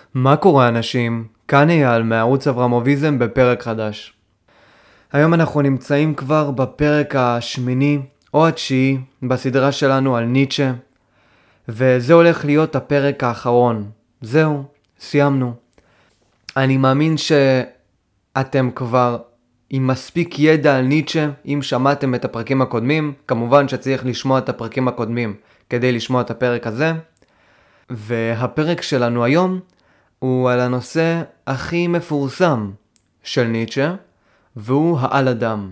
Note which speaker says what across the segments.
Speaker 1: מה קורה אנשים? כאן אייל מערוץ אברמוביזם בפרק חדש. היום אנחנו נמצאים כבר בפרק השמיני או התשיעי בסדרה שלנו על ניטשה, וזה הולך להיות הפרק האחרון. זהו, סיימנו. אני מאמין שאתם כבר עם מספיק ידע על ניטשה. אם שמעתם את הפרקים הקודמים, כמובן שצריך לשמוע את הפרקים הקודמים כדי לשמוע את הפרק הזה. והפרק שלנו היום הוא על הנושא הכי מפורסם של ניטשה, והוא העל אדם.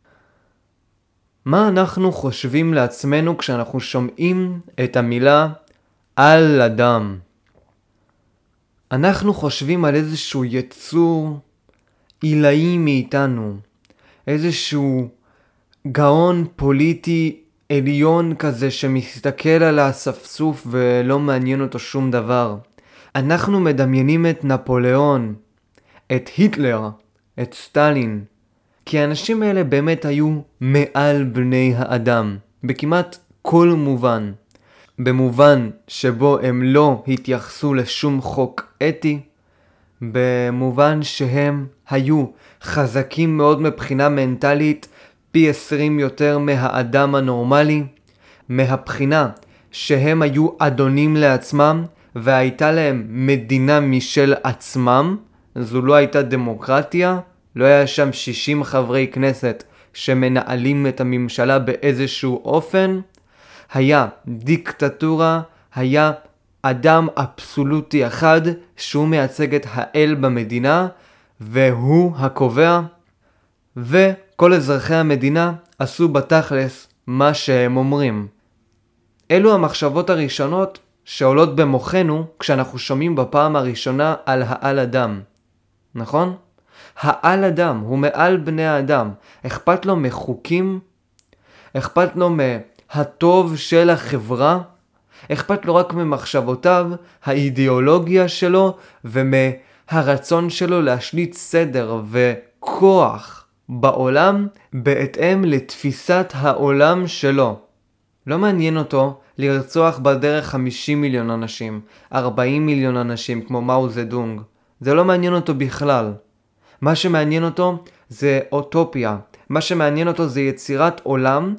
Speaker 1: מה אנחנו חושבים לעצמנו כשאנחנו שומעים את המילה על אדם? אנחנו חושבים על איזשהו יצור עילאי מאיתנו, איזשהו גאון פוליטי עליון כזה שמסתכל על האספסוף ולא מעניין אותו שום דבר. אנחנו מדמיינים את נפוליאון, את היטלר, את סטלין, כי האנשים האלה באמת היו מעל בני האדם, בכמעט כל מובן. במובן שבו הם לא התייחסו לשום חוק אתי, במובן שהם היו חזקים מאוד מבחינה מנטלית, פי 20 יותר מהאדם הנורמלי, מהבחינה שהם היו אדונים לעצמם, והייתה להם מדינה משל עצמם. זו לא הייתה דמוקרטיה, לא היה שם 60 חברי כנסת שמנהלים את הממשלה באיזשהו אופן. היה דיקטטורה, היה אדם אבסולוטי אחד שהוא מייצג את האל במדינה, והוא הקובע, וכל אזרחי המדינה עשו בתכלס מה שהם אומרים. אלו המחשבות הראשונות שעולות במוחנו כשאנחנו שומעים בפעם הראשונה על העל אדם. נכון? העל אדם הוא מעל בני האדם. אכפת לו מחוקים? אכפת לו מהטוב של החברה? אכפת לו רק ממחשבותיו, האידיאולוגיה שלו ומהרצון שלו להשליט סדר וכוח בעולם בהתאם לתפיסת העולם שלו. לא מעניין אותו לרצוח בדרך 50 מיליון אנשים, 40 מיליון אנשים כמו מאו זדונג. זה לא מעניין אותו בכלל. מה שמעניין אותו זה אוטופיה. מה שמעניין אותו זה יצירת עולם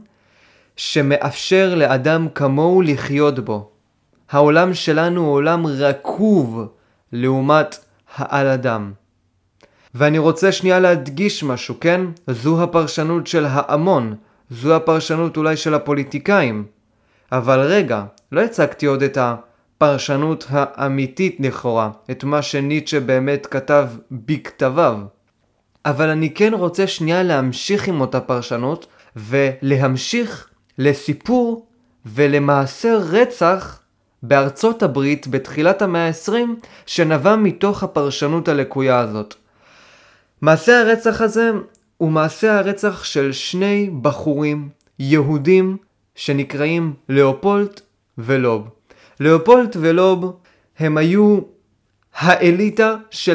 Speaker 1: שמאפשר לאדם כמוהו לחיות בו. העולם שלנו הוא עולם רקוב לעומת העל אדם. ואני רוצה שנייה להדגיש משהו, כן? זו הפרשנות של ההמון. זו הפרשנות אולי של הפוליטיקאים. אבל רגע, לא הצגתי עוד את הפרשנות האמיתית לכאורה, את מה שניטשה באמת כתב בכתביו. אבל אני כן רוצה שנייה להמשיך עם אותה פרשנות, ולהמשיך לסיפור ולמעשה רצח בארצות הברית בתחילת המאה ה-20, שנבע מתוך הפרשנות הלקויה הזאת. מעשה הרצח הזה הוא מעשה הרצח של שני בחורים יהודים שנקראים לאופולד ולוב. לאופולד ולוב הם היו האליטה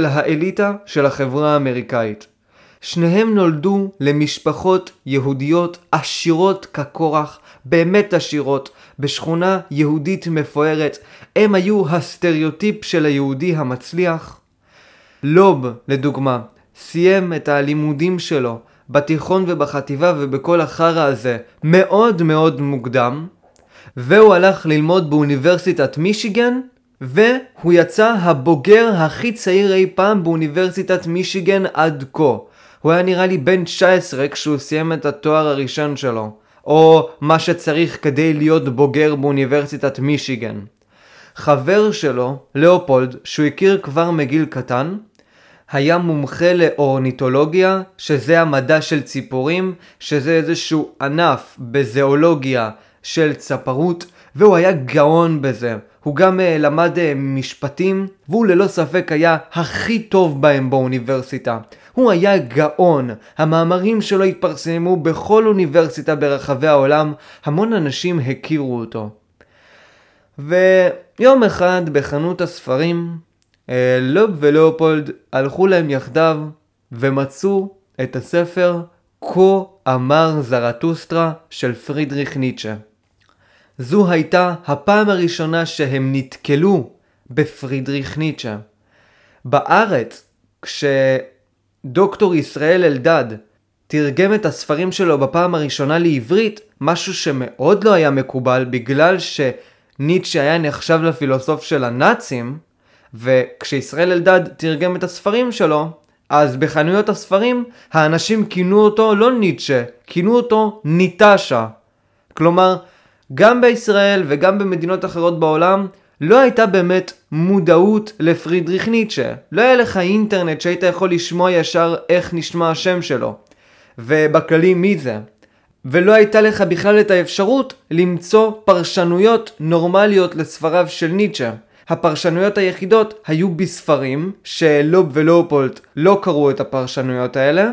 Speaker 1: של החברה האמריקאית. שניהם נולדו למשפחות יהודיות עשירות כקורח, באמת עשירות, בשכונה יהודית מפוארת. הם היו הסטריאוטיפ של היהודי המצליח. לוב, לדוגמה, סיים את הלימודים שלו בתיכון ובחטיבה ובכל החרא הזה מאוד מאוד מוקדם, והוא הלך ללמוד באוניברסיטת מישיגן, והוא יצא הבוגר הכי צעיר אי פעם באוניברסיטת מישיגן עד כה. הוא היה נראה לי בן 19 כשהוא סיים את התואר הראשון שלו, או מה שצריך כדי להיות בוגר באוניברסיטת מישיגן. חבר שלו, לאופולד, שהוא הכיר כבר מגיל קטן, היה מומחה לאורניתולוגיה, שזה המדע של ציפורים, שזה איזשהו ענף בזואולוגיה של צפרות, והוא היה גאון בזה. הוא גם למד משפטים, והוא ללא ספק היה הכי טוב בהם באוניברסיטה. הוא היה גאון. המאמרים שלו התפרסמו בכל אוניברסיטה ברחבי העולם. המון אנשים הכירו אותו. ויום אחד בחנות הספרים, לוב ולאופולד הלכו להם יחדיו ומצאו את הספר כה אמר זרטוסטרה של פרידריך ניטשה. זו הייתה הפעם הראשונה שהם נתקלו בפרידריך ניטשה. בארץ, כשדוקטור ישראל אלדד תרגם את הספרים שלו בפעם הראשונה לעברית, משהו שמאוד לא היה מקובל בגלל שניטשה היה נחשב לפילוסוף של הנאצים, וכשישראל אלדד תרגם את הספרים שלו, אז בחנויות הספרים האנשים כינו אותו לא ניטשה, כינו אותו ניטשה. כלומר, גם בישראל וגם במדינות אחרות בעולם לא הייתה באמת מודעות לפרידריך ניטשה. לא היה לך אינטרנט שהיית יכול לשמוע ישר איך נשמע השם שלו, ובכללי מי זה. ולא הייתה לך בכלל את האפשרות למצוא פרשנויות נורמליות לספריו של ניטשה. הפרשנויות היחידות היו בספרים, שלוב ולאופולד לא קראו את הפרשנויות האלה,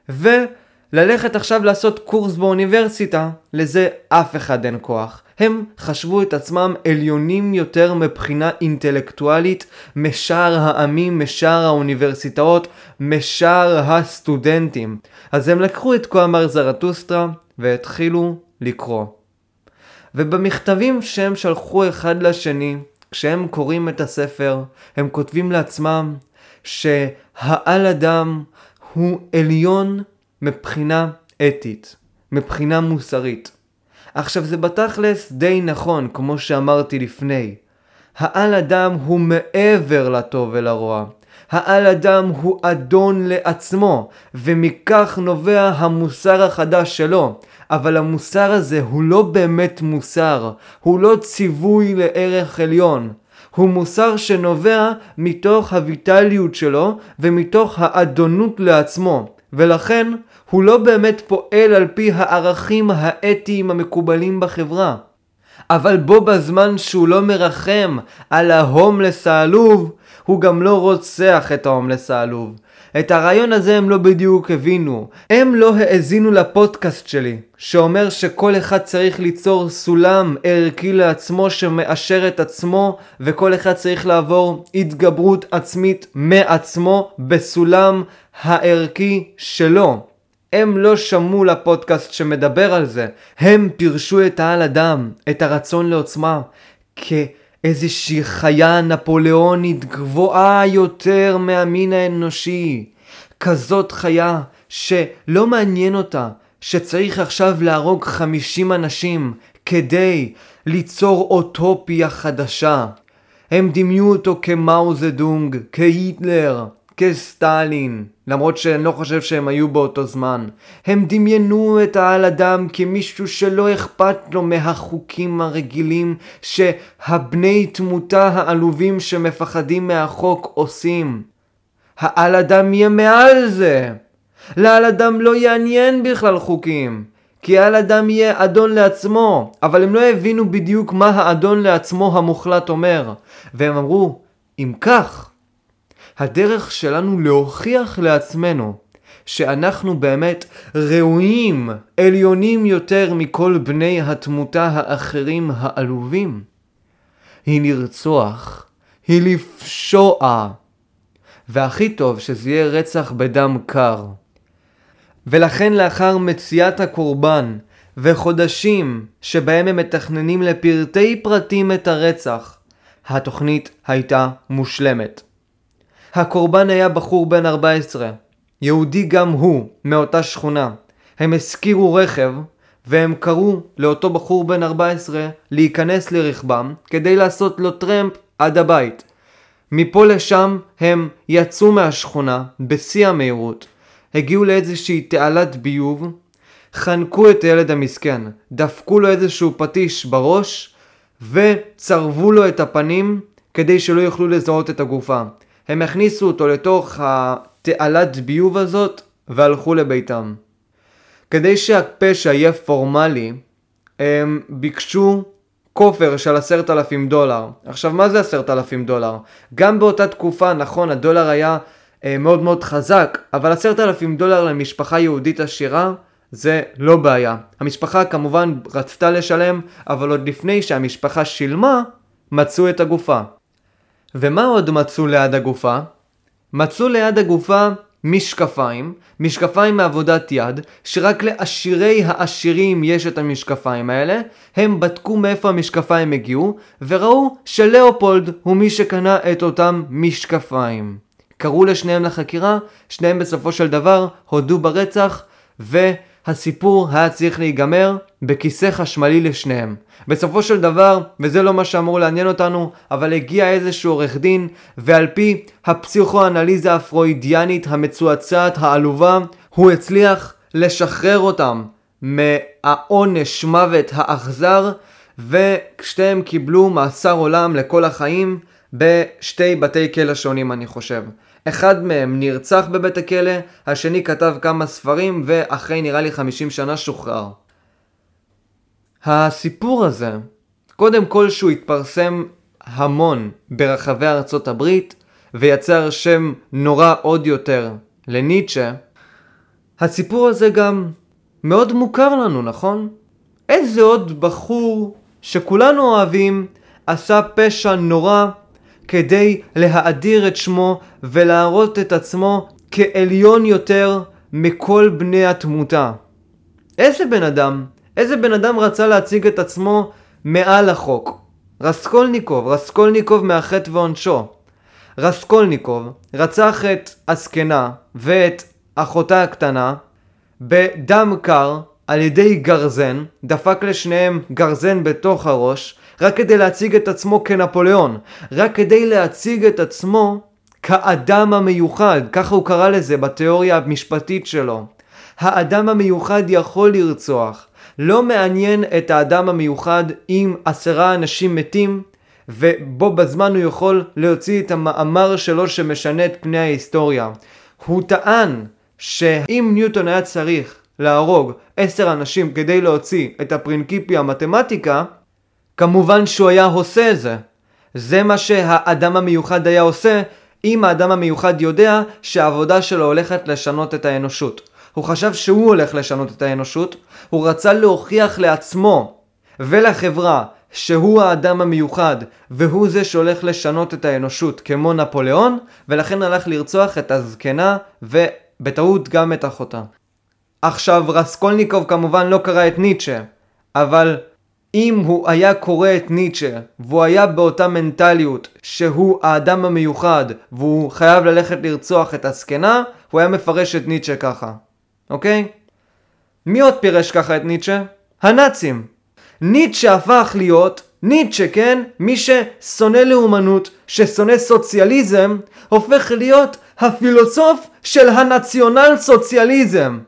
Speaker 1: וללכת עכשיו לעשות קורס באוניברסיטה, לזה אף אחד אין כוח. הם חשבו את עצמם עליונים יותר מבחינה אינטלקטואלית משאר העמים, משאר האוניברסיטאות, משאר הסטודנטים. אז הם לקחו את כה אמר זרטוסטרה והתחילו לקרוא. ובמכתבים שהם שלחו אחד לשני, כשהם קוראים את הספר, הם כותבים לעצמם שהעל אדם הוא עליון מבחינה אתית, מבחינה מוסרית. עכשיו זה בתכלס די נכון, כמו שאמרתי לפני. העל אדם הוא מעבר לטוב ולרוע. העל אדם הוא אדון לעצמו, ומכך נובע המוסר החדש שלו. אבל המוסר הזה הוא לא באמת מוסר, הוא לא ציווי לערך עליון. הוא מוסר שנובע מתוך הויטליות שלו ומתוך האדונות לעצמו, ולכן הוא לא באמת פועל על פי הערכים האתיים המקובלים בחברה. אבל בו בזמן שהוא לא מרחם על ההומלס העלוב, הוא גם לא רוצח את ההומלס העלוב. את הרעיון הזה הם לא בדיוק הבינו. הם לא האזינו לפודקאסט שלי, שאומר שכל אחד צריך ליצור סולם ערכי לעצמו שמאשר את עצמו, וכל אחד צריך לעבור התגברות עצמית מעצמו בסולם הערכי שלו. הם לא שמעו לפודקאסט שמדבר על זה. הם פירשו את העל אדם, את הרצון לעוצמה, כאיזושהי חיה נפוליאונית גבוהה יותר מהמין האנושי. כזאת חיה שלא מעניין אותה שצריך עכשיו להרוג 50 אנשים כדי ליצור אוטופיה חדשה. הם דמיו אותו כמאו זדונג, כהיטלר, כסטלין, למרות שאני לא חושב שהם היו באותו זמן. הם דמיינו את העל אדם כמישהו שלא אכפת לו מהחוקים הרגילים שהבני תמותה העלובים שמפחדים מהחוק עושים. העל אדם יהיה מעל זה. לעל אדם לא יעניין בכלל חוקים, כי העל אדם יהיה אדון לעצמו. אבל הם לא הבינו בדיוק מה האדון לעצמו המוחלט אומר, והם אמרו, אם כך, הדרך שלנו להוכיח לעצמנו שאנחנו באמת ראויים, עליונים יותר מכל בני התמותה האחרים העלובים, היא לרצוח, היא לפשוע, והכי טוב שזה יהיה רצח בדם קר. ולכן לאחר מציאת הקורבן וחודשים שבהם הם מתכננים לפרטי פרטים את הרצח, התוכנית הייתה מושלמת. הקורבן היה בחור בן 14, יהודי גם הוא, מאותה שכונה. הם הזכירו רכב, והם קראו לאותו בחור בן 14 להיכנס לרכבם, כדי לעשות לו טרמפ עד הבית. מפה לשם הם יצאו מהשכונה, בשיא המהירות, הגיעו לאיזושהי תעלת ביוב, חנקו את הילד המסכן, דפקו לו איזשהו פטיש בראש, וצרבו לו את הפנים, כדי שלא יוכלו לזהות את הגופה. הם הכניסו אותו לתוך התעלת ביוב הזאת והלכו לביתם. כדי שהפשע יהיה פורמלי, הם ביקשו כופר של $10,000. עכשיו, מה זה $10,000? גם באותה תקופה, נכון, הדולר היה מאוד מאוד חזק, אבל $10,000 למשפחה יהודית עשירה זה לא בעיה. המשפחה כמובן רצתה לשלם, אבל עוד לפני שהמשפחה שילמה, מצאו את הגופה. ומה עוד מצאו ליד הגופה? מצאו ליד הגופה משקפיים מעבודת יד, שרק לעשירי העשירים יש את המשקפיים האלה. הם בדקו מאיפה המשקפיים הגיעו, וראו שלאופולד הוא מי שקנה את אותם משקפיים. קראו לשניהם לחקירה, שניהם בסופו של דבר הודו ברצח, והסיפור היה צריך להיגמר בכיסא חשמלי לשניהם. בסופו של דבר, וזה לא מה שאמור לעניין אותנו, אבל הגיע איזשהו עורך דין, ועל פי הפסיכואנליזה הפרוידיאנית המצועצעת העלובה, הוא הצליח לשחרר אותם מהעונש מוות האכזר, ושתיהם קיבלו מאסר עולם לכל החיים בשתי בתי כלא שונים אני חושב. אחד מהם נרצח בבית הכלא, השני כתב כמה ספרים ואחרי נראה לי 50 שנה שוחרר. הסיפור הזה, קודם כל שהוא התפרסם המון ברחבי ארצות הברית ויצר שם נורא עוד יותר לניטשה, הסיפור הזה גם מאוד מוכר לנו, נכון? איזה עוד בחור שכולנו אוהבים עשה פשע נורא כדי להאדיר את שמו ולהראות את עצמו כעליון יותר מכל בני התמותה. איזה בן אדם רצה להציג את עצמו מעל החוק? רסקולניקוב מהחטא ועונשו. רסקולניקוב רצח את הזקנה ואת אחותה הקטנה בדם קר על ידי גרזן, דפק לשניהם גרזן בתוך הראש, רק כדי להציג את עצמו כנפוליאון, רק כדי להציג את עצמו כאדם המיוחד, ככה הוא קרא לזה בתיאוריה המשפטית שלו. האדם המיוחד יכול לרצוח, לא מעניין את האדם המיוחד אם 10 אנשים מתים, ובו בזמן הוא יכול להוציא את המאמר שלו שמשנה את פני ההיסטוריה. הוא טען שאם ניוטון היה צריך להרוג 10 אנשים כדי להוציא את הפרינקיפיה המתמטיקה, כמובן שהוא היה עושה את זה. זה מה שהאדם המיוחד היה עושה, אם האדם המיוחד יודע שהעבודה שלו הולכת לשנות את האנושות. הוא חשב שהוא הולך לשנות את האנושות, הוא רצה להוכיח לעצמו ולחברה שהוא האדם המיוחד והוא זה שהולך לשנות את האנושות כמו נפוליאון, ולכן הלך לרצוח את הזקנה ובטעות גם את אחותה. עכשיו רסקולניקוב כמובן לא קרא את ניטשה, אבל אם הוא היה קורא את ניטשה והוא היה באותה מנטליות שהוא האדם המיוחד והוא חייב ללכת לרצוח את הזקנה, הוא היה מפרש את ניטשה ככה. אוקיי? מי עוד פירש ככה את ניטשה? הנאצים. ניטשה הפך להיות, ניטשה כן, מי ששונא לאומנות, ששונא סוציאליזם, הופך להיות הפילוסוף של הנציונל סוציאליזם.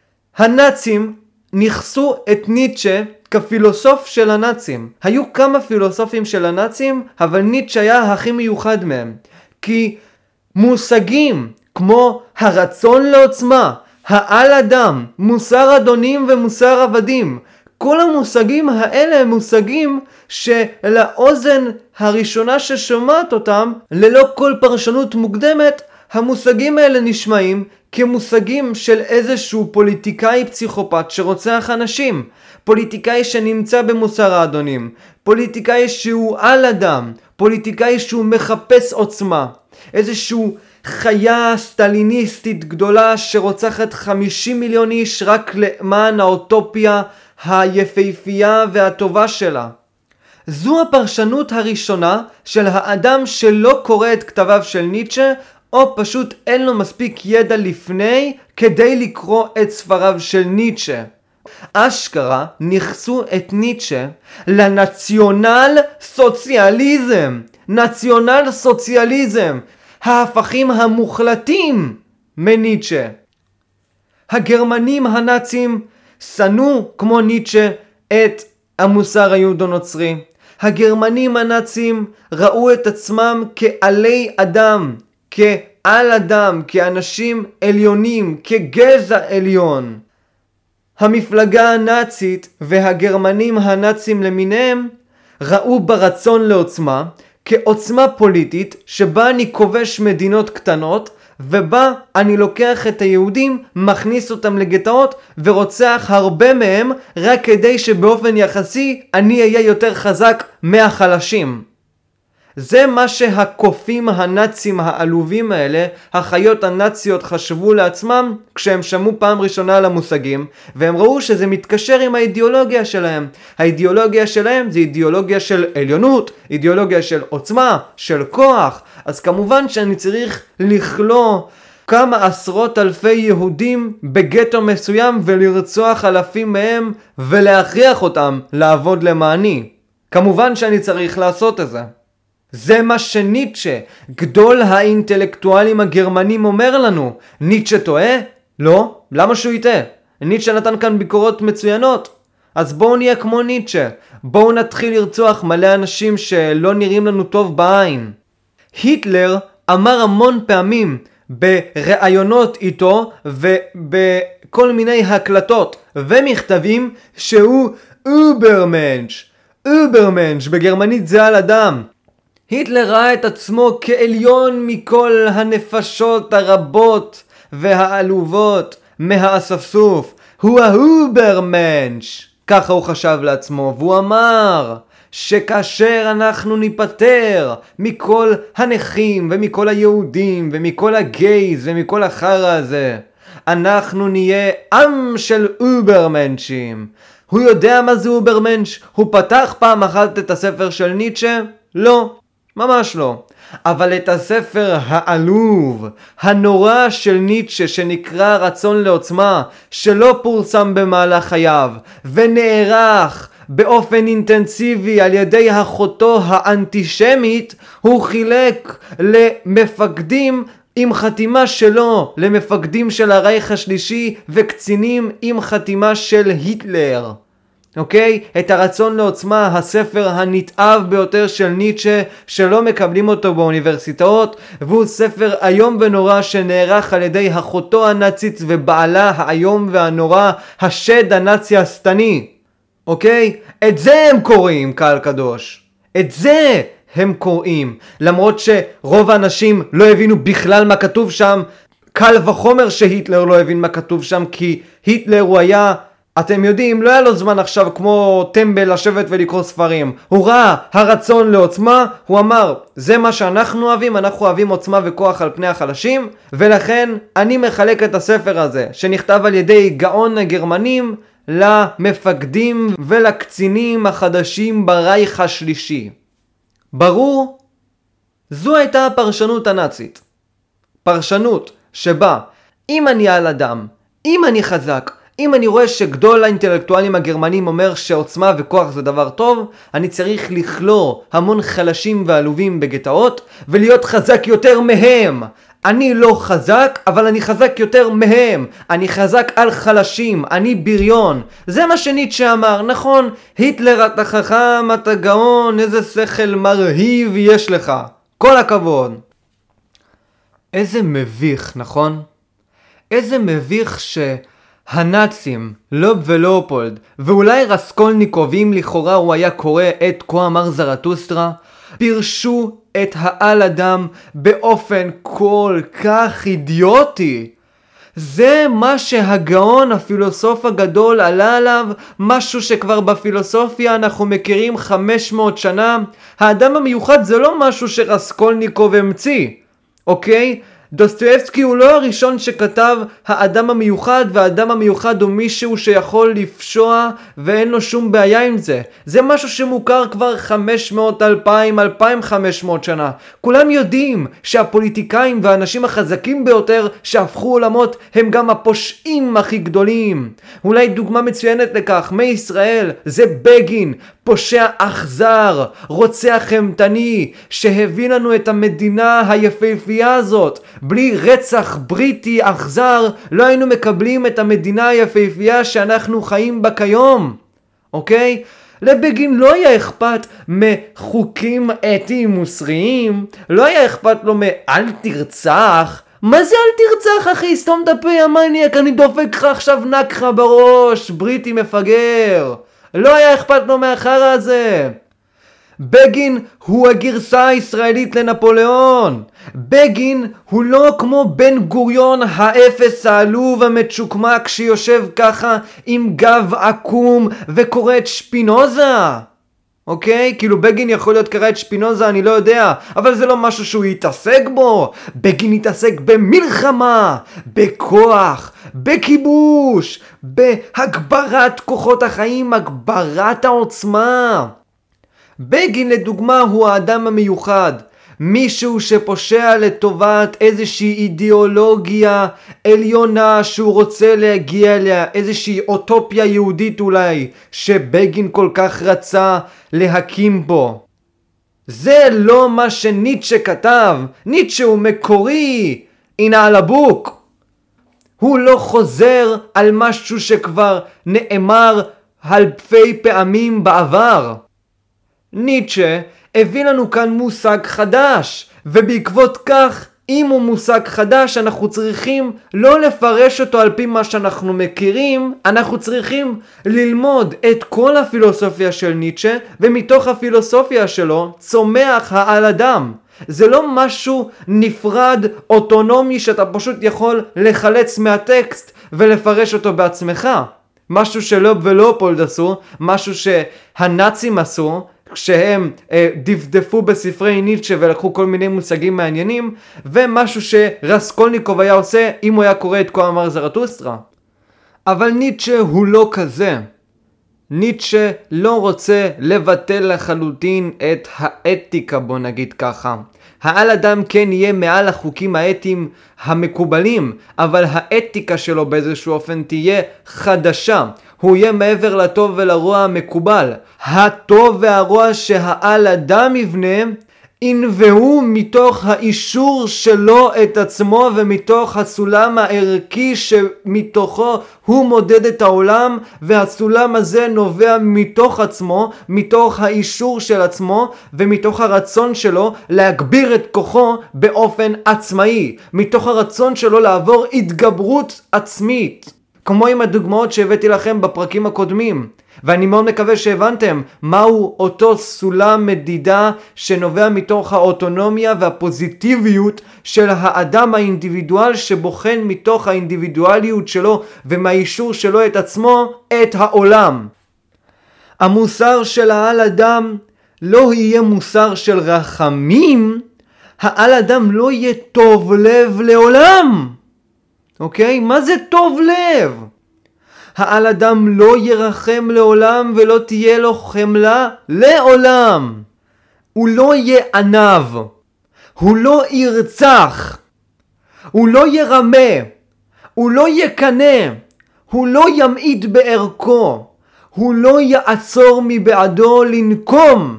Speaker 1: הנאצים נכסו את ניטשה כפילוסוף של הנאצים. היו כמה פילוסופים של הנאצים, אבל ניטשה היה הכי מיוחד מהם. כי מושגים כמו הרצון לעוצמה, העל אדם, מוסר אדונים ומוסר עבדים, כל המושגים האלה הם מושגים שלאוזן הראשונה ששומעת אותם, ללא כל פרשנות מוקדמת, המושגים האלה נשמעים כמושגים של איזשהו פוליטיקאי פסיכופת שרוצח אנשים, פוליטיקאי שנמצא במוסר האדונים, פוליטיקאי שהוא על אדם, פוליטיקאי שהוא מחפש עוצמה, איזשהו חיה סטליניסטית גדולה שרוצחת 50 מיליון איש רק למען האוטופיה היפהפייה והטובה שלה. זו הפרשנות הראשונה של האדם שלא קורא את כתביו של ניטשה, או פשוט אין לו מספיק ידע לפני כדי לקרוא את ספריו של ניטשה. אשכרה נכסו את ניטשה לנציונל סוציאליזם. נציונל סוציאליזם. ההפכים המוחלטים מניטשה. הגרמנים הנאצים שנאו כמו ניטשה את המוסר היהודו-נוצרי. הגרמנים הנאצים ראו את עצמם כעלי אדם, כעל אדם, כאנשים עליונים, כגזע עליון. המפלגה הנאצית והגרמנים הנאצים למיניהם ראו ברצון לעוצמה כעוצמה פוליטית שבה אני כובש מדינות קטנות ובה אני לוקח את היהודים, מכניס אותם לגטאות ורוצח הרבה מהם רק כדי שבאופן יחסי אני אהיה יותר חזק מהחלשים. זה מה שהקופים הנאצים העלובים האלה, החיות הנאציות, חשבו לעצמם כשהם שמעו פעם ראשונה על המושגים, והם ראו שזה מתקשר עם האידיאולוגיה שלהם. האידיאולוגיה שלהם זה אידיאולוגיה של עליונות, אידיאולוגיה של עוצמה, של כוח. אז כמובן שאני צריך לכלוא כמה עשרות אלפי יהודים בגטו מסוים ולרצוח אלפים מהם ולהכריח אותם לעבוד למעני. כמובן שאני צריך לעשות את זה. זה מה שניטשה, גדול האינטלקטואלים הגרמנים, אומר לנו. ניטשה טועה? לא. למה שהוא יטעה? ניטשה נתן כאן ביקורות מצוינות. אז בואו נהיה כמו ניטשה. בואו נתחיל לרצוח מלא אנשים שלא נראים לנו טוב בעין. היטלר אמר המון פעמים בראיונות איתו ובכל מיני הקלטות ומכתבים שהוא אוברמנש. אוברמנש בגרמנית זה על אדם. היטלר ראה את עצמו כעליון מכל הנפשות הרבות והעלובות מהאספסוף. הוא האוברמנש. ככה הוא חשב לעצמו, והוא אמר שכאשר אנחנו ניפטר מכל הנכים ומכל היהודים ומכל הגייז ומכל החרא הזה, אנחנו נהיה עם של אוברמנשים. הוא יודע מה זה אוברמנש? הוא פתח פעם אחת את הספר של ניטשה? לא, ממש לא. אבל את הספר העלוב, הנורא של ניטשה שנקרא רצון לעוצמה, שלא פורסם במהלך חייו ונערך באופן אינטנסיבי על ידי אחותו האנטישמית, הוא חילק למפקדים עם חתימה שלו, למפקדים של הרייך השלישי וקצינים עם חתימה של היטלר. אוקיי? את הרצון לעוצמה, הספר הנתעב ביותר של ניטשה שלא מקבלים אותו באוניברסיטאות, והוא ספר היום ונורא שנערך על ידי אחותו הנאצית ובעלה היום והנורא, השד הנאצי השטני. אוקיי? את זה הם קוראים, קהל קדוש. את זה הם קוראים. למרות שרוב האנשים לא הבינו בכלל מה כתוב שם, קל וחומר שהיטלר לא הבין מה כתוב שם, כי היטלר הוא היה, אתם יודעים, לא היה לו זמן עכשיו כמו טמבל לשבת ולקרוא ספרים. הוא ראה הרצון לעוצמה, הוא אמר, זה מה שאנחנו אוהבים, אנחנו אוהבים עוצמה וכוח על פני החלשים, ולכן אני מחלק את הספר הזה, שנכתב על ידי גאון הגרמנים, למפקדים ולקצינים החדשים ברייך השלישי. ברור? זו הייתה הפרשנות הנאצית. פרשנות שבה, אם אני על אדם, אם אני חזק, אם אני רואה שגדול האינטלקטואלים הגרמנים אומר שעוצמה וכוח זה דבר טוב, אני צריך לכלוא המון חלשים ועלובים בגטאות ולהיות חזק יותר מהם. אני לא חזק, אבל אני חזק יותר מהם. אני חזק על חלשים, אני בריון. זה מה שניטשה אמר, נכון? היטלר אתה חכם, אתה גאון, איזה שכל מרהיב יש לך. כל הכבוד. איזה מביך, נכון? איזה מביך שהנאצים, לוב ולאופולד, ואולי רסקולניקוב, אם לכאורה הוא היה קורא את כה אמר זרטוסטרה, פירשו את העל אדם באופן כל כך אידיוטי. זה מה שהגאון, הפילוסוף הגדול, עלה עליו, משהו שכבר בפילוסופיה אנחנו מכירים 500 שנה. האדם המיוחד זה לא משהו שרסקולניקוב המציא, אוקיי? דוסטויבסקי הוא לא הראשון שכתב האדם המיוחד, והאדם המיוחד הוא מישהו שיכול לפשוע ואין לו שום בעיה עם זה. זה משהו שמוכר כבר 500, 2000, 2500 שנה. כולם יודעים שהפוליטיקאים והאנשים החזקים ביותר שהפכו עולמות הם גם הפושעים הכי גדולים. אולי דוגמה מצוינת לכך מישראל זה בגין, פושע אכזר, רוצח המתני, שהביא לנו את המדינה היפהפייה הזאת. בלי רצח בריטי אכזר לא היינו מקבלים את המדינה היפהפייה שאנחנו חיים בה כיום. אוקיי? לבגין לא היה אכפת מחוקים אתיים מוסריים, לא היה אכפת לו מאל תרצח. מה זה אל תרצח אחי? סתום את הפה המניאק, אני דופק לך עכשיו נקחה בראש, בריטי מפגר. לא היה אכפת לו מהחרא הזה. בגין הוא הגרסה הישראלית לנפוליאון. בגין הוא לא כמו בן גוריון האפס העלוב המצ'וקמק שיושב ככה עם גב עקום וקורא את שפינוזה. אוקיי? כאילו בגין יכול להיות קרא את שפינוזה, אני לא יודע, אבל זה לא משהו שהוא יתעסק בו. בגין יתעסק במלחמה, בכוח, בכיבוש, בהגברת כוחות החיים, הגברת העוצמה. בגין לדוגמה הוא האדם המיוחד, מישהו שפושע לטובת איזושהי אידיאולוגיה עליונה שהוא רוצה להגיע אליה, איזושהי אוטופיה יהודית אולי, שבגין כל כך רצה להקים בו. זה לא מה שניטשה כתב. ניטשה הוא מקורי, הנה על הבוק. הוא לא חוזר על משהו שכבר נאמר אלפי פעמים בעבר. ניטשה הביא לנו כאן מושג חדש, ובעקבות כך, אם הוא מושג חדש, אנחנו צריכים לא לפרש אותו על פי מה שאנחנו מכירים, אנחנו צריכים ללמוד את כל הפילוסופיה של ניטשה, ומתוך הפילוסופיה שלו צומח העל אדם. זה לא משהו נפרד, אוטונומי, שאתה פשוט יכול לחלץ מהטקסט ולפרש אותו בעצמך. משהו שלא ולאופולד עשו, משהו שהנאצים עשו, כשהם דפדפו בספרי ניטשה ולקחו כל מיני מושגים מעניינים, ומשהו שרסקולניקוב היה עושה אם הוא היה קורא את כה אמר זרטוסטרה. אבל ניטשה הוא לא כזה. ניטשה לא רוצה לבטל לחלוטין את האתיקה, בוא נגיד ככה. העל אדם כן יהיה מעל החוקים האתיים המקובלים, אבל האתיקה שלו באיזשהו אופן תהיה חדשה. הוא יהיה מעבר לטוב ולרוע המקובל. הטוב והרוע שהעל אדם יבנה, ינבעו מתוך האישור שלו את עצמו ומתוך הסולם הערכי שמתוכו הוא מודד את העולם, והסולם הזה נובע מתוך עצמו, מתוך האישור של עצמו ומתוך הרצון שלו להגביר את כוחו באופן עצמאי, מתוך הרצון שלו לעבור התגברות עצמית, כמו עם הדוגמאות שהבאתי לכם בפרקים הקודמים. ואני מאוד מקווה שהבנתם מהו אותו סולם מדידה שנובע מתוך האוטונומיה והפוזיטיביות של האדם האינדיבידואל, שבוחן מתוך האינדיבידואליות שלו ומהאישור שלו את עצמו את העולם. המוסר של העל אדם לא יהיה מוסר של רחמים, העל אדם לא יהיה טוב לב לעולם. אוקיי? מה זה טוב לב? העל אדם לא ירחם לעולם ולא תהיה לו חמלה לעולם. הוא לא יהיה ענב, הוא לא ירצח, הוא לא ירמה, הוא לא יקנה, הוא לא ימעיט בערכו, הוא לא יעצור מבעדו לנקום.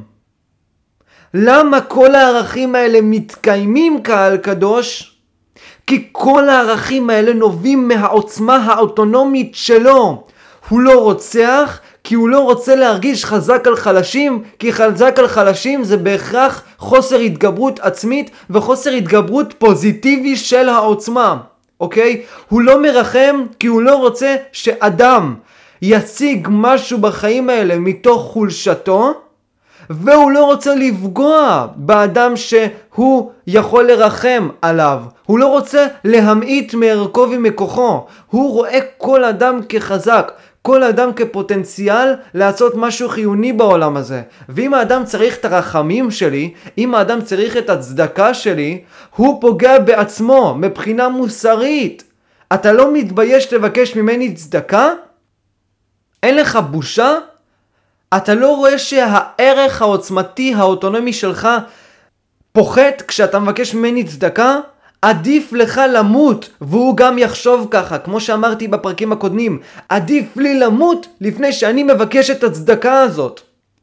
Speaker 1: למה כל הערכים האלה מתקיימים קהל קדוש? כי כל הערכים האלה נובעים מהעוצמה האוטונומית שלו. הוא לא רוצח כי הוא לא רוצה להרגיש חזק על חלשים, כי חזק על חלשים זה בהכרח חוסר התגברות עצמית וחוסר התגברות פוזיטיבי של העוצמה. אוקיי? הוא לא מרחם כי הוא לא רוצה שאדם ישיג משהו בחיים האלה מתוך חולשתו, והוא לא רוצה לפגוע באדם שהוא יכול לרחם עליו. הוא לא רוצה להמעיט מערכו ומכוחו. הוא רואה כל אדם כחזק, כל אדם כפוטנציאל לעשות משהו חיוני בעולם הזה. ואם האדם צריך את הרחמים שלי, אם האדם צריך את הצדקה שלי, הוא פוגע בעצמו מבחינה מוסרית. אתה לא מתבייש לבקש ממני צדקה? אין לך בושה? אתה לא רואה שהערך העוצמתי האוטונומי שלך פוחת כשאתה מבקש ממני צדקה? עדיף לך למות, והוא גם יחשוב ככה, כמו שאמרתי בפרקים הקודמים. עדיף לי למות לפני שאני מבקש את הצדקה הזאת.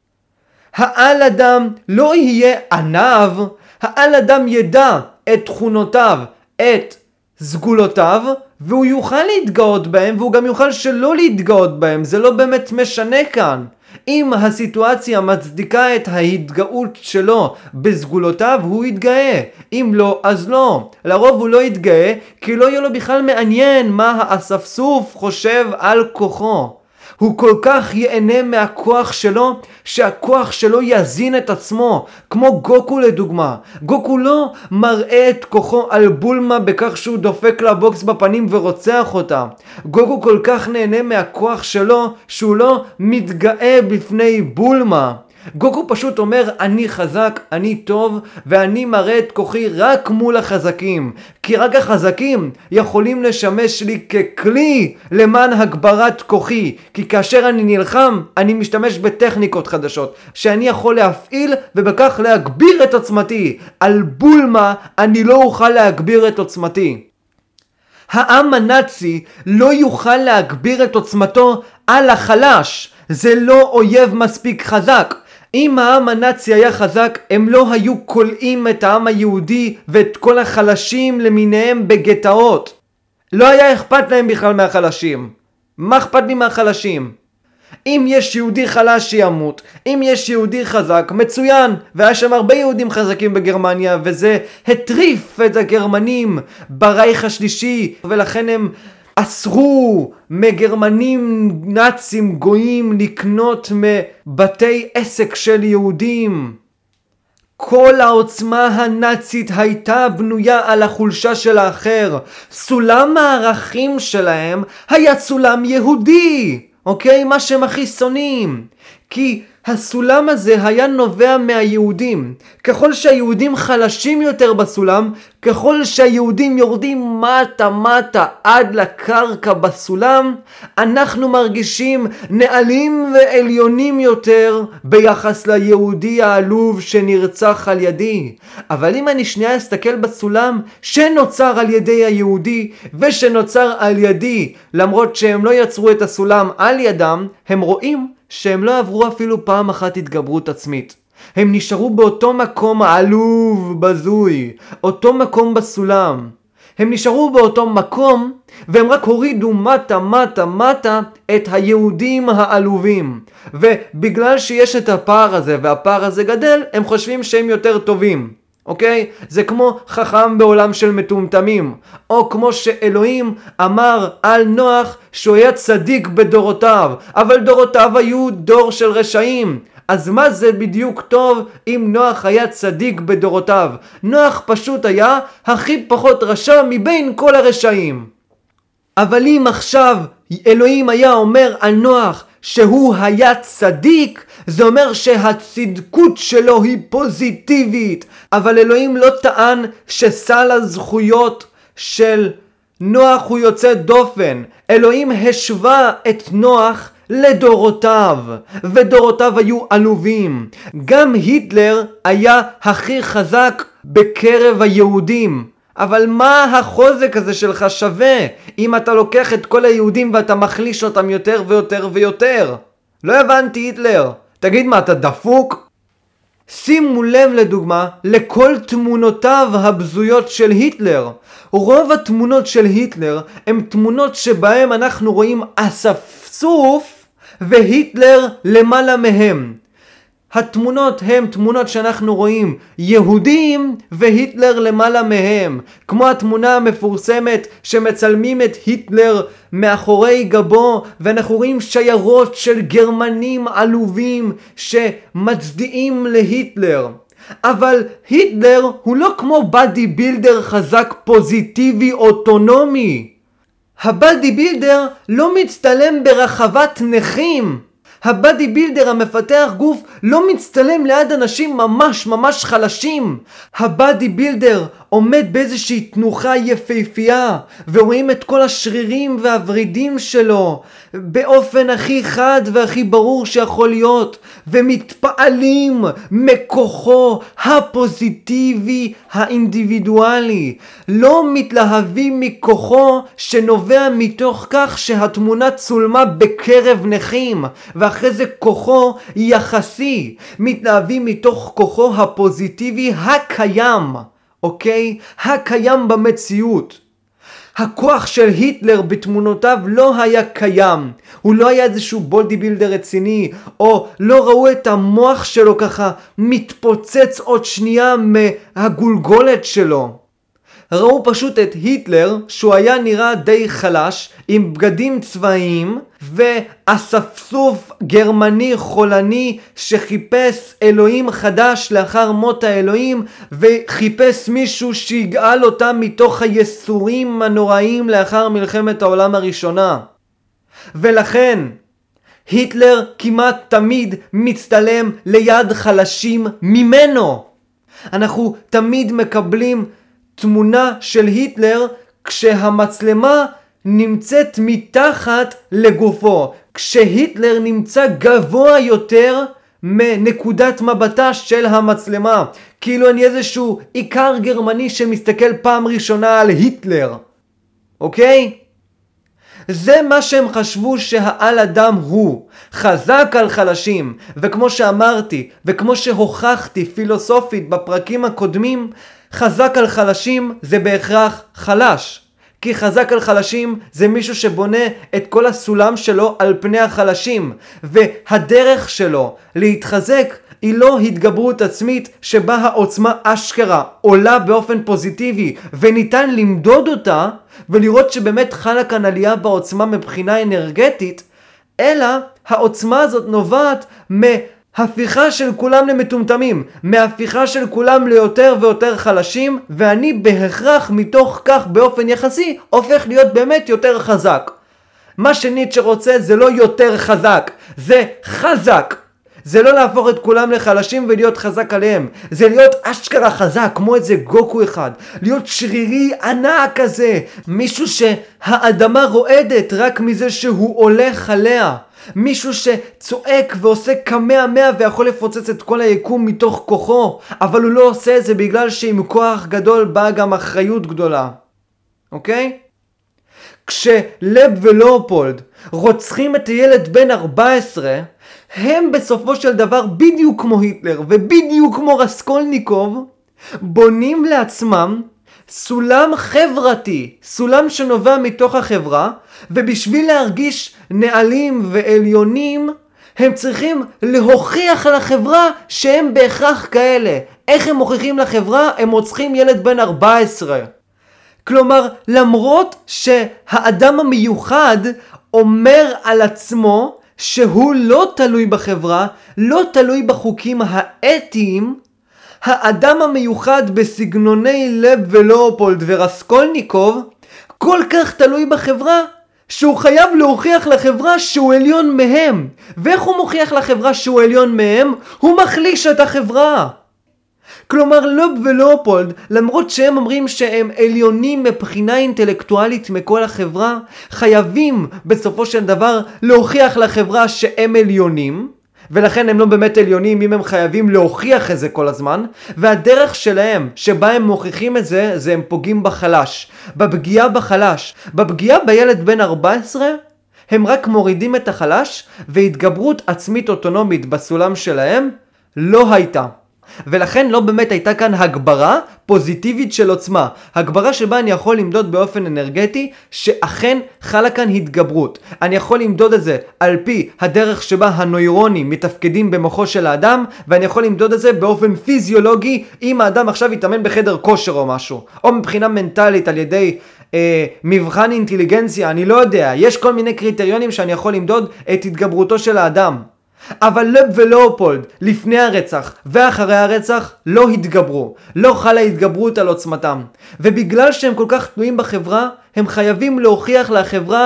Speaker 1: העל אדם לא יהיה ענב, העל אדם ידע את תכונותיו, את סגולותיו, והוא יוכל להתגאות בהם, והוא גם יוכל שלא להתגאות בהם. זה לא באמת משנה כאן. אם הסיטואציה מצדיקה את ההתגאות שלו בסגולותיו, הוא יתגאה. אם לא, אז לא. לרוב הוא לא יתגאה, כי לא יהיה לו בכלל מעניין מה האספסוף חושב על כוחו. הוא כל כך ייהנה מהכוח שלו, שהכוח שלו יזין את עצמו. כמו גוקו לדוגמה. גוקו לא מראה את כוחו על בולמה בכך שהוא דופק לה בוקס בפנים ורוצח אותה. גוקו כל כך נהנה מהכוח שלו, שהוא לא מתגאה בפני בולמה. גוקו פשוט אומר, אני חזק, אני טוב, ואני מראה את כוחי רק מול החזקים. כי רק החזקים יכולים לשמש לי ככלי למען הגברת כוחי. כי כאשר אני נלחם, אני משתמש בטכניקות חדשות, שאני יכול להפעיל ובכך להגביר את עוצמתי. על בולמה אני לא אוכל להגביר את עוצמתי. העם הנאצי לא יוכל להגביר את עוצמתו על החלש. זה לא אויב מספיק חזק. אם העם הנאצי היה חזק, הם לא היו קולעים את העם היהודי ואת כל החלשים למיניהם בגטאות. לא היה אכפת להם בכלל מהחלשים. מה אכפת לי מהחלשים? אם יש יהודי חלש שימות, אם יש יהודי חזק, מצוין. והיה שם הרבה יהודים חזקים בגרמניה, וזה הטריף את הגרמנים ברייך השלישי, ולכן הם אסרו מגרמנים נאצים גויים לקנות מבתי עסק של יהודים. כל העוצמה הנאצית הייתה בנויה על החולשה של האחר. סולם הערכים שלהם היה סולם יהודי. אוקיי? מה שהם הכי שונאים. כי הסולם הזה היה נובע מהיהודים. ככל שהיהודים חלשים יותר בסולם, ככל שהיהודים יורדים מטה עד לקרקע בסולם, אנחנו מרגישים נעלים ועליונים יותר ביחס ליהודי העלוב שנרצח על ידי. אבל אם אני שנייה אסתכל בסולם שנוצר על ידי היהודי ושנוצר על ידי, למרות שהם לא יצרו את הסולם על ידם, הם רואים שהם לא עברו אפילו פעם אחת התגברות עצמית. הם נשארו באותו מקום העלוב, בזוי, אותו מקום בסולם. הם נשארו באותו מקום, והם רק הורידו מטה את היהודים העלובים. ובגלל שיש את הפער הזה, והפער הזה גדל, הם חושבים שהם יותר טובים. אוקיי? זה כמו חכם בעולם של מטומטמים. או כמו שאלוהים אמר על נוח שהוא היה צדיק בדורותיו, אבל דורותיו היו דור של רשעים. אז מה זה בדיוק טוב אם נוח היה צדיק בדורותיו? נוח פשוט היה הכי פחות רשע מבין כל הרשעים. אבל אם עכשיו אלוהים היה אומר על נוח שהוא היה צדיק, זה אומר שהצדקות שלו היא פוזיטיבית. אבל אלוהים לא טען שסל הזכויות של נוח הוא יוצא דופן. אלוהים השווה את נוח לדורותיו, ודורותיו היו עלובים. גם היטלר היה הכי חזק בקרב היהודים. אבל מה החוזק הזה שלך שווה אם אתה לוקח את כל היהודים ואתה מחליש אותם יותר ויותר ויותר? לא הבנתי, היטלר. תגיד, מה, אתה דפוק? שימו לב לדוגמה לכל תמונותיו הבזויות של היטלר. רוב התמונות של היטלר הן תמונות שבהן אנחנו רואים אספסוף והיטלר למעלה מהם. התמונות הן תמונות שאנחנו רואים יהודים והיטלר למעלה מהם. כמו התמונה המפורסמת שמצלמים את היטלר מאחורי גבו, ואנחנו רואים שיירות של גרמנים עלובים שמצדיעים להיטלר. אבל היטלר הוא לא כמו בדי בילדר חזק פוזיטיבי אוטונומי. הבדי בילדר לא מצטלם ברחבת נכים. הבדי בילדר המפתח גוף לא מצטלם ליד אנשים ממש חלשים. הבדי בילדר עומד באיזושהי תנוחה יפהפייה, ורואים את כל השרירים והוורידים שלו באופן הכי חד והכי ברור שיכול להיות, ומתפעלים מכוחו הפוזיטיבי האינדיבידואלי. לא מתלהבים מכוחו שנובע מתוך כך שהתמונה צולמה בקרב נכים, ואחרי זה כוחו יחסי. מתלהבים מתוך כוחו הפוזיטיבי הקיים. אוקיי? הקיים במציאות. הכוח של היטלר בתמונותיו לא היה קיים. הוא לא היה איזשהו בודי בילדר רציני, או לא ראו את המוח שלו ככה מתפוצץ עוד שנייה מהגולגולת שלו. ראו פשוט את היטלר שהוא היה נראה די חלש, עם בגדים צבאיים, ואספסוף גרמני חולני שחיפש אלוהים חדש לאחר מות האלוהים, וחיפש מישהו שיגאל אותם מתוך הייסורים הנוראים לאחר מלחמת העולם הראשונה. ולכן היטלר כמעט תמיד מצטלם ליד חלשים ממנו. אנחנו תמיד מקבלים תמונה של היטלר כשהמצלמה נמצאת מתחת לגופו, כשהיטלר נמצא גבוה יותר מנקודת מבטה של המצלמה, כאילו אני איזשהו עיקר גרמני שמסתכל פעם ראשונה על היטלר. אוקיי? זה מה שהם חשבו שהעל אדם הוא, חזק על חלשים. וכמו שאמרתי וכמו שהוכחתי פילוסופית בפרקים הקודמים, חזק על חלשים זה בהכרח חלש. כי חזק על חלשים זה מישהו שבונה את כל הסולם שלו על פני החלשים, והדרך שלו להתחזק היא לא התגברות עצמית שבה העוצמה אשכרה עולה באופן פוזיטיבי וניתן למדוד אותה ולראות שבאמת חלה כאן עלייה בעוצמה מבחינה אנרגטית, אלא העוצמה הזאת נובעת מהפיכה של כולם למטומטמים, מהפיכה של כולם ליותר ויותר חלשים, ואני בהכרח מתוך כך באופן יחסי הופך להיות באמת יותר חזק. מה שניטשה רוצה זה לא יותר חזק, זה חזק. זה לא להפוך את כולם לחלשים ולהיות חזק עליהם, זה להיות אשכרה חזק כמו איזה גוקו אחד, להיות שרירי ענק כזה, מישהו שהאדמה רועדת רק מזה שהוא הולך עליה, מישהו שצועק ועושה כמה ויכול לפוצץ את כל היקום מתוך כוחו, אבל הוא לא עושה את זה בגלל שעם כוח גדול באה גם אחריות גדולה. אוקיי? כשלב ולאופולד רוצחים את הילד בן 14, הם בסופו של דבר בדיוק כמו היטלר ובדיוק כמו רסקולניקוב בונים לעצמם סולם חברתי, סולם שנובע מתוך החברה, ובשביל להרגיש נעלים ועליונים הם צריכים להוכיח לחברה שהם בהכרח כאלה. איך הם מוכיחים לחברה? הם רוצחים ילד בן 14. כלומר, למרות שהאדם המיוחד אומר על עצמו שהוא לא תלוי בחברה, לא תלוי בחוקים האתיים, האדם המיוחד בסגנוני לב ולאופולד ורסקולניקוב כל כך תלוי בחברה שהוא חייב להוכיח לחברה שהוא עליון מהם. ואיך הוא מוכיח לחברה שהוא עליון מהם? הוא מחליש את החברה. כלומר, לוב ולאופולד, למרות שהם אומרים שהם עליונים מבחינה אינטלקטואלית מכל החברה, חייבים בסופו של דבר להוכיח לחברה שהם עליונים, ולכן הם לא באמת עליונים אם הם חייבים להוכיח את זה כל הזמן, והדרך שלהם שבה הם מוכיחים את זה, זה הם פוגעים בחלש, בפגיעה בחלש, בפגיעה בילד בן 14, הם רק מורידים את החלש, והתגברות עצמית אוטונומית בסולם שלהם לא הייתה. ולכן לא באמת הייתה כאן הגברה פוזיטיבית של עוצמה, הגברה שבה אני יכול למדוד באופן אנרגטי שאכן חלה כאן התגברות. אני יכול למדוד את זה על פי הדרך שבה הנוירונים מתפקדים במוחו של האדם, ואני יכול למדוד את זה באופן פיזיולוגי אם האדם עכשיו יתאמן בחדר כושר או משהו, או מבחינה מנטלית על ידי מבחן אינטליגנציה, אני לא יודע, יש כל מיני קריטריונים שאני יכול למדוד את התגברותו של האדם. אבל לב ולאופולד לפני הרצח ואחרי הרצח לא התגברו, לא חלה התגברות על עוצמתם, ובגלל שהם כל כך תלויים בחברה הם חייבים להוכיח לחברה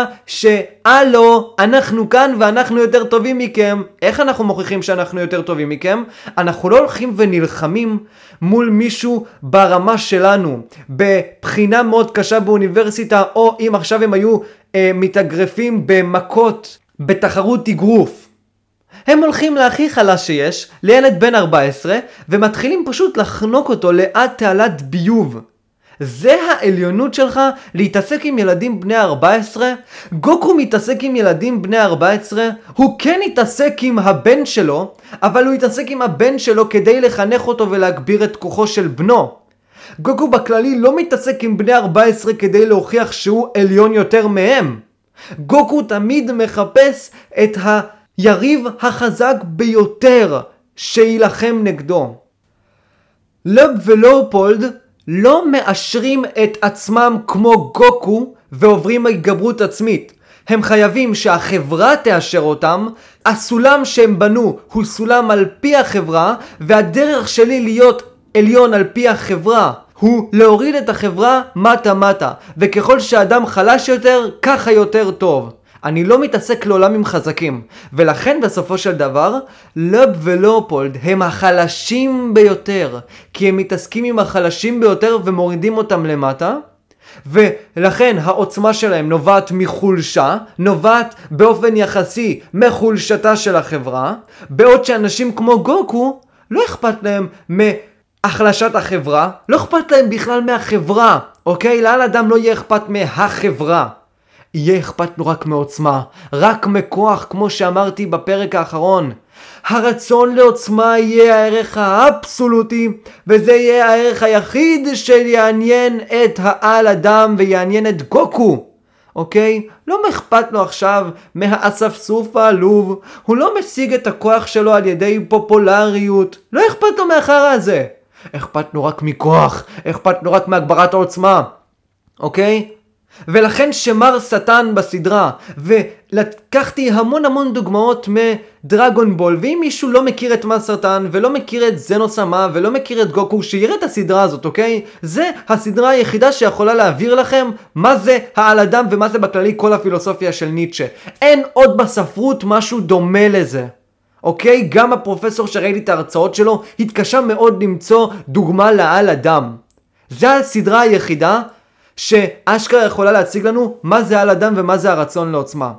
Speaker 1: שאלו, אנחנו כאן ואנחנו יותר טובים מכם. איך אנחנו מוכיחים שאנחנו יותר טובים מכם? אנחנו לא הולכים ונלחמים מול מישהו ברמה שלנו בבחינה מאוד קשה באוניברסיטה, או אם עכשיו הם היו מתאגרפים במכות בתחרות אגרוף. הם הולכים להכי חלש שיש, לילד בן 14, ומתחילים פשוט לחנוק אותו לעד תעלת ביוב. זה העליונות שלך? להתעסק עם ילדים בני 14? גוקו מתעסק עם ילדים בני 14? הוא כן התעסק עם הבן שלו, אבל הוא התעסק עם הבן שלו כדי לחנך אותו ולהגביר את כוחו של בנו. גוקו בכללי לא מתעסק עם בני 14 כדי להוכיח שהוא עליון יותר מהם. גוקו תמיד מחפש את היריב החזק ביותר שילחם נגדו. לוב ולאופולד לא מאשרים את עצמם כמו גוקו ועוברים התגברות עצמית. הם חייבים שהחברה תאשר אותם, הסולם שהם בנו הוא סולם על פי החברה, והדרך שלי להיות עליון על פי החברה הוא להוריד את החברה מטה מטה, וככל שאדם חלש יותר, ככה יותר טוב. אני לא מתעסק לעולם עם חזקים. ולכן בסופו של דבר, לוב ולאופולד הם החלשים ביותר. כי הם מתעסקים עם החלשים ביותר ומורידים אותם למטה. ולכן העוצמה שלהם נובעת מחולשה, נובעת באופן יחסי מחולשתה של החברה. בעוד שאנשים כמו גוקו, לא אכפת להם מהחלשת החברה, לא אכפת להם בכלל מהחברה. אוקיי? לאל אדם לא יהיה אכפת מהחברה. יהיה אכפת לו רק מעוצמה, רק מכוח, כמו שאמרתי בפרק האחרון. הרצון לעוצמה יהיה הערך האבסולוטי, וזה יהיה הערך היחיד שיעניין את העל אדם ויעניין את גוקו. אוקיי? לא אכפת לו עכשיו מהאספסוף העלוב, הוא לא משיג את הכוח שלו על ידי פופולריות, לא אכפת לו מהחרא הזה. אכפת לו רק מכוח, אכפת לו רק מהגברת העוצמה. אוקיי? ולכן שמר שטן בסדרה, ולקחתי המון דוגמאות מדרגון בול, ואם מישהו לא מכיר את מר שטן, ולא מכיר את זנוסמה, ולא מכיר את גוקו, שיראה את הסדרה הזאת, אוקיי? זה הסדרה היחידה שיכולה להעביר לכם מה זה העל אדם, ומה זה בכללי כל הפילוסופיה של ניטשה. אין עוד בספרות משהו דומה לזה. אוקיי? גם הפרופסור שראיתי את ההרצאות שלו, התקשה מאוד למצוא דוגמה לעל אדם. זה הסדרה היחידה שאשכרה יכולה להציג לנו מה זה על אדם ומה זה הרצון לעוצמה.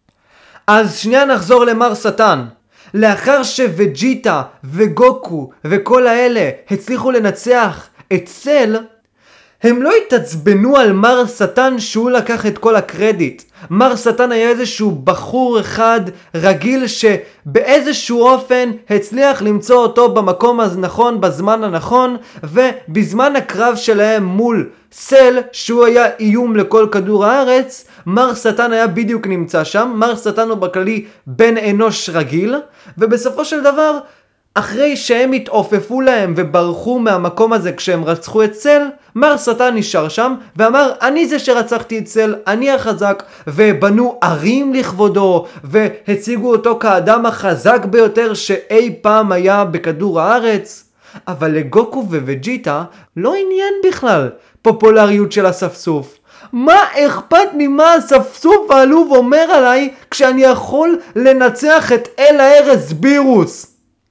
Speaker 1: אז שנייה נחזור למר שטן. לאחר שווג'יטה וגוקו וכל האלה הצליחו לנצח את סל, הם לא התעצבנו על מר שטן שהוא לקח את כל הקרדיט. מר שטן היה איזשהו בחור אחד רגיל שבאיזשהו אופן הצליח למצוא אותו במקום הנכון, בזמן הנכון, ובזמן הקרב שלהם מול סל, שהוא היה איום לכל כדור הארץ, מר שטן היה בדיוק נמצא שם. מר שטן הוא בכללי בן אנוש רגיל, ובסופו של דבר, אחרי שהם התעופפו להם וברחו מהמקום הזה כשהם רצחו את סל, מר שטן נשאר שם ואמר, אני זה שרצחתי את סל, אני החזק, ובנו ערים לכבודו והציגו אותו כאדם החזק ביותר שאי פעם היה בכדור הארץ. אבל לגוקו ווג'יטה לא עניין בכלל פופולריות של הספסוף. מה אכפת לי מה הספסוף העלוב אומר עליי כשאני יכול לנצח את אל הארץ בירוס?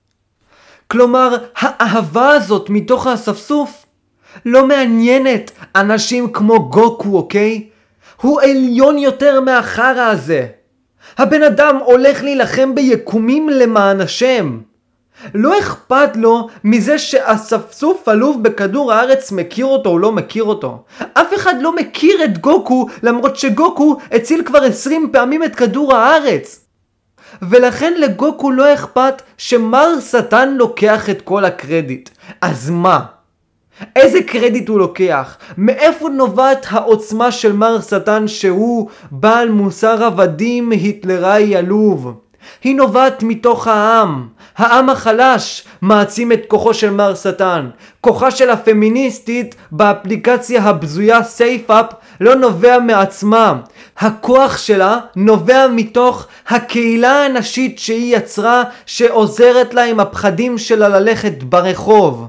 Speaker 1: כלומר, האהבה הזאת מתוך האספסוף לא מעניינת אנשים כמו גוקו, אוקיי? הוא עליון יותר מהחרא הזה. הבן אדם הולך להילחם ביקומים למען השם. לא אכפת לו מזה שהספסוף עלוב בכדור הארץ מכיר אותו או לא מכיר אותו. אף אחד לא מכיר את גוקו, למרות שגוקו הציל כבר 20 פעמים את כדור הארץ. ולכן לגוקו לא אכפת שמר שטן לוקח את כל הקרדיט. אז מה? איזה קרדיט הוא לוקח? מאיפה נובעת העוצמה של מר שטן שהוא בעל מוסר עבדים היטלראי עלוב? היא נובעת מתוך העם. העם החלש מעצים את כוחו של מר שטן. כוחה של הפמיניסטית באפליקציה הבזויה סייפאפ לא נובע מעצמה. הכוח שלה נובע מתוך הקהילה הנשית שהיא יצרה, שעוזרת לה עם הפחדים שלה ללכת ברחוב.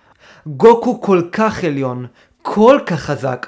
Speaker 1: גוקו כל כך עליון, כל כך חזק,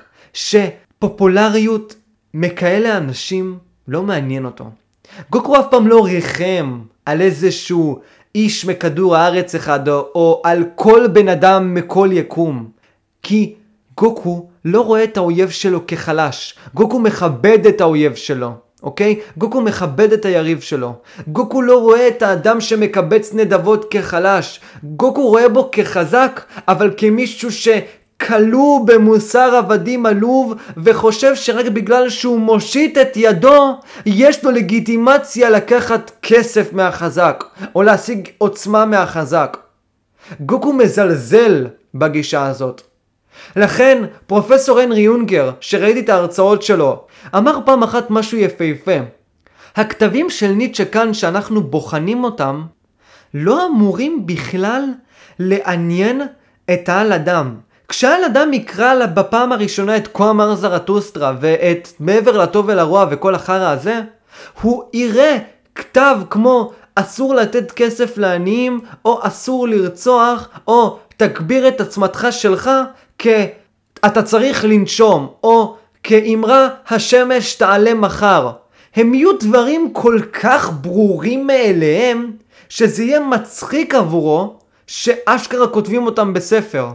Speaker 1: שפופולריות מכאלה אנשים לא מעניין אותו. גוקו אף פעם לא ריחם על איזשהו איש מכדור הארץ אחד או על כל בן אדם מכל יקום. כי גוקו לא רואה את האויב שלו כחלש. גוקו מכבד את האויב שלו. אוקיי? גוקו מכבד את היריב שלו. גוקו לא רואה את האדם שמקבץ נדבות כחלש. גוקו רואה בו כחזק, אבל כמישהו כלוא במוסר עבדים עלוב וחושב שרק בגלל שהוא מושיט את ידו יש לו לגיטימציה לקחת כסף מהחזק או להשיג עוצמה מהחזק. גוקו מזלזל בגישה הזאת. לכן פרופסור הנרי יונגר, שראיתי את ההרצאות שלו, אמר פעם אחת משהו יפהפה. הכתבים של ניטשה כאן שאנחנו בוחנים אותם לא אמורים בכלל לעניין את העל אדם. כשהעל אדם יקרא לה בפעם הראשונה את כה אמר זרטוסטרה ואת מעבר לטוב ולרוע וכל החרא הזה, הוא יראה כתב כמו אסור לתת כסף לעניים או אסור לרצוח או תגביר את עצמתך שלך אתה צריך לנשום או כאמרה השמש תעלה מחר. הם יהיו דברים כל כך ברורים מאליהם, שזה יהיה מצחיק עבורו, שאשכרה כותבים אותם בספר.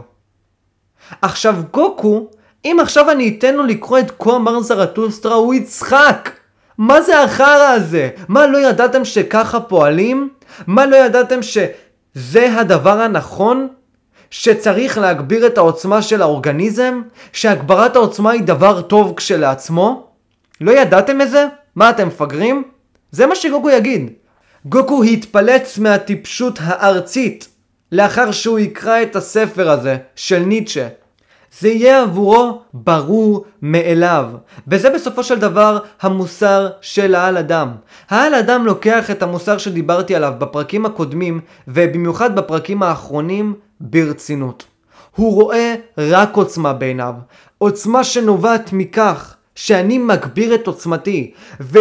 Speaker 1: עכשיו גוקו, אם עכשיו אני אתן לו לקרוא את כה אמר זרטוסטרה, הוא יצחק. מה זה החרא הזה? מה, לא ידעתם שככה פועלים? מה, לא ידעתם שזה הדבר הנכון? שצריך להגביר את העוצמה של האורגניזם? שהגברת העוצמה היא דבר טוב כשלעצמו? לא ידעתם את זה? מה, אתם מפגרים? זה מה שגוקו יגיד. גוקו התפלץ מהטיפשות הארצית לאחר שהוא יקרא את הספר הזה של ניטשה. זה יהיה עבורו ברור מאליו. וזה בסופו של דבר המוסר של העל אדם. העל אדם לוקח את המוסר שדיברתי עליו בפרקים הקודמים, ובמיוחד בפרקים האחרונים, ברצינות. הוא רואה רק עוצמה בעיניו. עוצמה שנובעת מכך שאני מגביר את עוצמתי.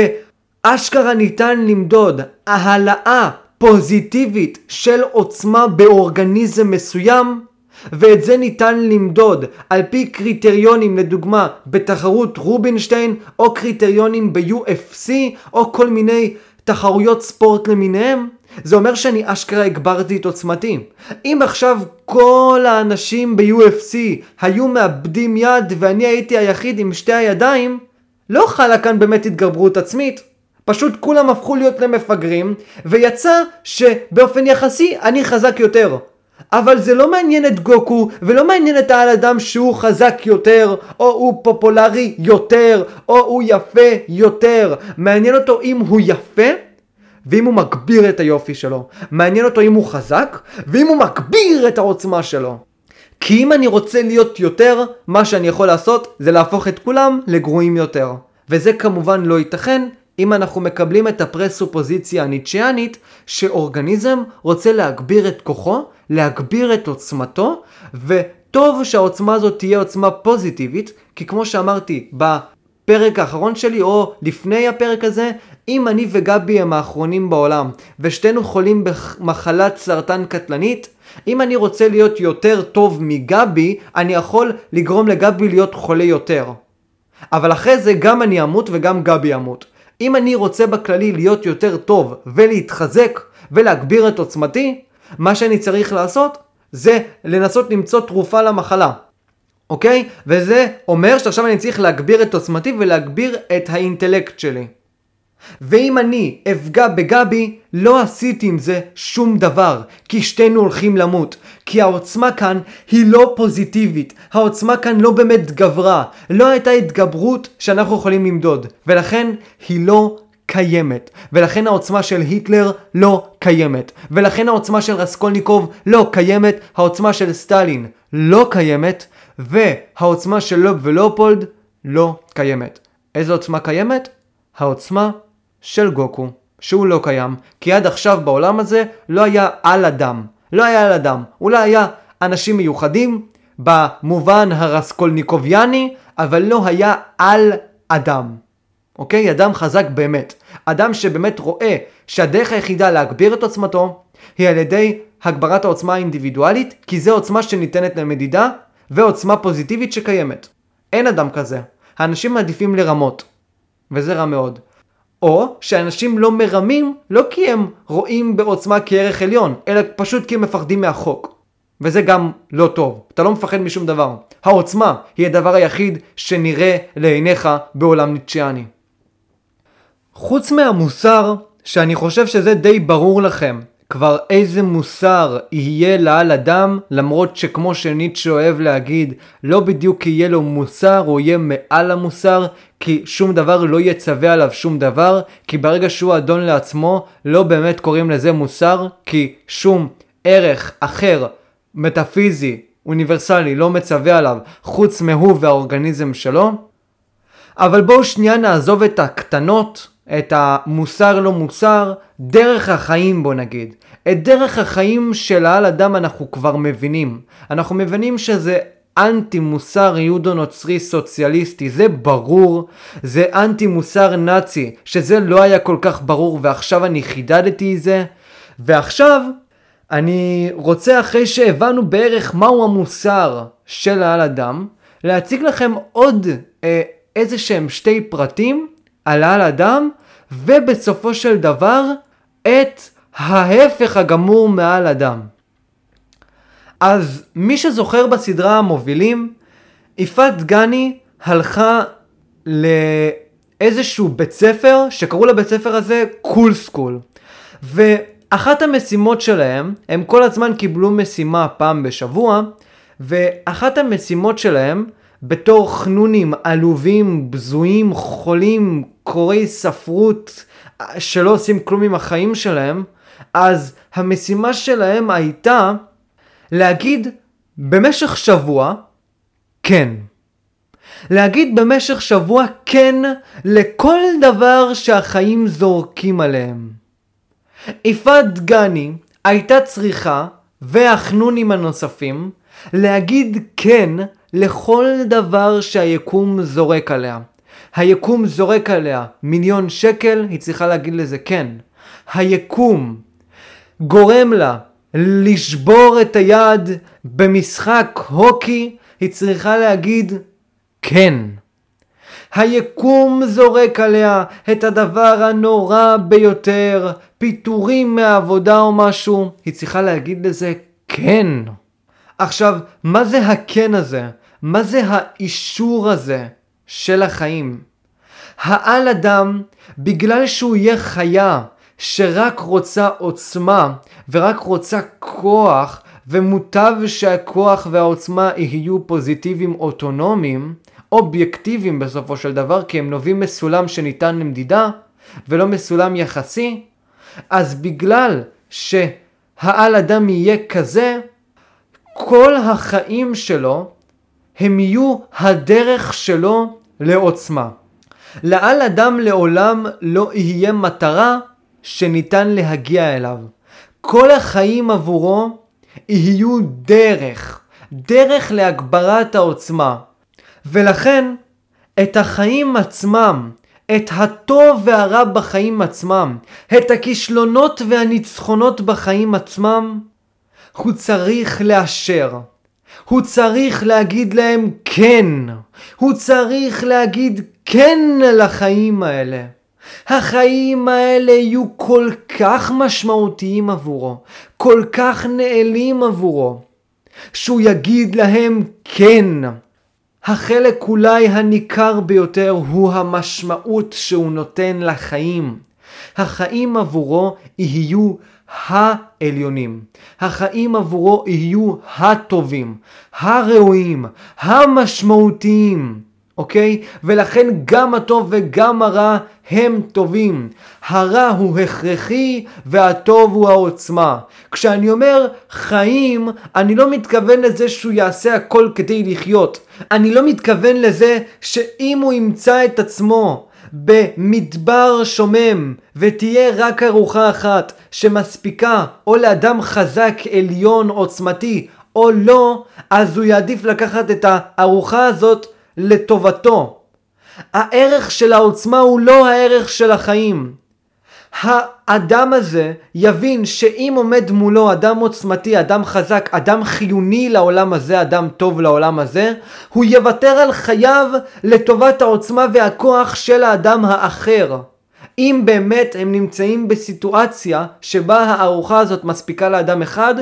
Speaker 1: ואשכרה ניתן למדוד העלאה פוזיטיבית של עוצמה באורגניזם מסוים, ואת זה ניתן למדוד על פי קריטריונים, לדוגמה בתחרות רובינשטיין, או קריטריונים ב-UFC, או כל מיני תחרויות ספורט למיניהם. זה אומר שאני אשכרה הגברתי את עוצמתי. אם עכשיו כל האנשים ב-UFC היו מאבדים יד ואני הייתי היחיד עם שתי הידיים, לא חלה כאן באמת התגברות עצמית. פשוט כולם הפכו להיות למפגרים, ויצא שבאופן יחסי אני חזק יותר. אבל זה לא מעניין את גוקו, ולא מעניין את העל אדם שהוא חזק יותר, או הוא פופולרי יותר, או הוא יפה יותר. מעניין אותו אם הוא יפה, ואם הוא מגביר את היופי שלו. מעניין אותו אם הוא חזק, ואם הוא מגביר את העוצמה שלו. כי אם אני רוצה להיות יותר, מה שאני יכול לעשות זה להפוך את כולם לגרועים יותר. וזה כמובן לא ייתכן, אם אנחנו מקבלים את הפרסופוזיציה הניטשיאנית שאורגניזם רוצה להגביר את כוחו, להגביר את עוצמתו, וטוב שהעוצמה הזאת תהיה עוצמה פוזיטיבית, כי כמו שאמרתי בפרק האחרון שלי או לפני הפרק הזה, אם אני וגבי הם האחרונים בעולם ושתינו חולים במחלת סרטן קטלנית, אם אני רוצה להיות יותר טוב מגבי, אני יכול לגרום לגבי להיות חולה יותר. אבל אחרי זה גם אני אמות וגם גבי אמות. אם אני רוצה בכללי להיות יותר טוב ולהתחזק ולהגביר את עוצמתי, מה שאני צריך לעשות זה לנסות למצוא תרופה למחלה. אוקיי? וזה אומר שעכשיו אני צריך להגביר את עוצמתי ולהגביר את האינטלקט שלי. ואם אני אפגע בגבי, לא עשיתי עם זה שום דבר, כי שתינו הולכים למות. כי העוצמה כאן היא לא פוזיטיבית, העוצמה כאן לא באמת גברה, לא הייתה התגברות שאנחנו יכולים למדוד, ולכן היא לא קיימת. ולכן העוצמה של היטלר לא קיימת, ולכן העוצמה של רסקולניקוב לא קיימת, העוצמה של סטלין לא קיימת, והעוצמה של לוב ולאופולד לא קיימת. איזו עוצמה קיימת? העוצמה של גוקו, שהוא לא קיים, כי עד עכשיו בעולם הזה לא היה על אדם. לא היה על אדם, אולי היה אנשים מיוחדים במובן הרסקולניקוביאני, אבל לא היה על אדם. אוקיי? אדם חזק באמת. אדם שבאמת רואה שהדרך היחידה להגביר את עוצמתו היא על ידי הגברת העוצמה האינדיבידואלית, כי זה עוצמה שניתנת למדידה ועוצמה פוזיטיבית שקיימת. אין אדם כזה. האנשים מעדיפים לרמות, וזה רע מאוד. או שאנשים לא מרמים, לא כי הם רואים בעוצמה כערך עליון, אלא פשוט כי הם מפחדים מהחוק. וזה גם לא טוב. אתה לא מפחד משום דבר. העוצמה היא הדבר היחיד שנראה לעיניך בעולם ניטשיאני. חוץ מהמוסר, שאני חושב שזה די ברור לכם, כבר איזה מוסר יהיה לעל אדם, למרות שכמו שניטשה אוהב להגיד, לא בדיוק יהיה לו מוסר, או יהיה מעל המוסר, כי שום דבר לא יצווה עליו שום דבר, כי ברגע שהוא אדון לעצמו, לא באמת קוראים לזה מוסר, כי שום ערך אחר, מטאפיזי, אוניברסלי, לא מצווה עליו, חוץ מהוא והאורגניזם שלו. אבל בואו שנייה נעזוב את הקטנות, את המוסר לא מוסר, דרך החיים בוא נגיד. את דרך החיים של העל אדם אנחנו כבר מבינים. אנחנו מבינים שזה אנטי מוסר יהודו נוצרי סוציאליסטי, זה ברור. זה אנטי מוסר נאצי, שזה לא היה כל כך ברור, ועכשיו אני חידדתי את זה. ועכשיו אני רוצה, אחרי שהבנו בערך מהו המוסר של העל אדם, להציג לכם עוד איזה שהם שתי פרטים על העל אדם, ובסופו של דבר את ההפך הגמור מעל אדם. אז מי שזוכר בסדרה המובילים, יפעת דגני הלכה לאיזשהו בית ספר שקראו לבית ספר הזה קול סקול. ואחת המשימות שלהם, הם כל הזמן קיבלו משימה פעם בשבוע, ואחת המשימות שלהם בתור חנונים עלובים, בזויים, חולים, קוראי ספרות שלא עושים כלום עם החיים שלהם, אז המשימה שלהם הייתה להגיד במשך שבוע כן. להגיד במשך שבוע כן לכל דבר שהחיים זורקים עליהם. יפעת דגני הייתה צריכה, והחנונים הנוספים, להגיד כן לכל דבר שהיקום זורק עליה. היקום זורק עליה 1,000,000 שקל, היא צריכה להגיד לזה כן. היקום גורם לה לשבור את היד במשחק הוקי, היא צריכה להגיד כן. היקום זורק עליה את הדבר הנורא ביותר, פיטורים מהעבודה או משהו, היא צריכה להגיד לזה כן. עכשיו, מה זה הכן הזה? מה זה האישור הזה של החיים? העל אדם, בגלל שהוא יהיה חיה שרק רוצה עוצמה ורק רוצה כוח, ומוטב שהכוח והעוצמה יהיו פוזיטיביים אוטונומיים, אובייקטיביים בסופו של דבר, כי הם נובעים מסולם שניתן למדידה ולא מסולם יחסי, אז בגלל שהעל אדם יהיה כזה, כל החיים שלו הם יהיו הדרך שלו לעוצמה. לעל אדם לעולם לא יהיה מטרה שניתן להגיע אליו. כל החיים עבורו יהיו דרך להגברת העוצמה. ולכן את החיים עצמם, את הטוב והרע בחיים עצמם, את הכישלונות והניצחונות בחיים עצמם, הוא צריך לאשר. הוא צריך להגיד להם כן. הוא צריך להגיד כן לחיים האלה. החיים האלה יהיו כל כך משמעותיים עבורו, כל כך נעלים עבורו, שהוא יגיד להם כן. החלק אולי הניכר ביותר הוא המשמעות שהוא נותן לחיים. החיים עבורו יהיו העליונים. החיים עבורו יהיו הטובים, הראויים, המשמעותיים. אוקיי? ולכן גם הטוב וגם הרע הם טובים. הרע הוא הכרחי והטוב הוא העוצמה. כשאני אומר חיים, אני לא מתכוון לזה שהוא יעשה הכל כדי לחיות. אני לא מתכוון לזה שאם הוא ימצא את עצמו במדבר שומם ותהיה רק ארוחה אחת שמספיקה או לאדם חזק, עליון, עוצמתי או לא, אז הוא יעדיף לקחת את הארוחה הזאת לטובתו. הערך של העוצמה הוא לא הערך של החיים. האדם הזה יבין שאם עומד מולו אדם עוצמתי, אדם חזק, אדם חיוני לעולם הזה, אדם טוב לעולם הזה, הוא יוותר על חייו לטובת העוצמה והכוח של האדם האחר. אם באמת הם נמצאים בסיטואציה שבה הארוחה הזאת מספיקה לאדם אחד,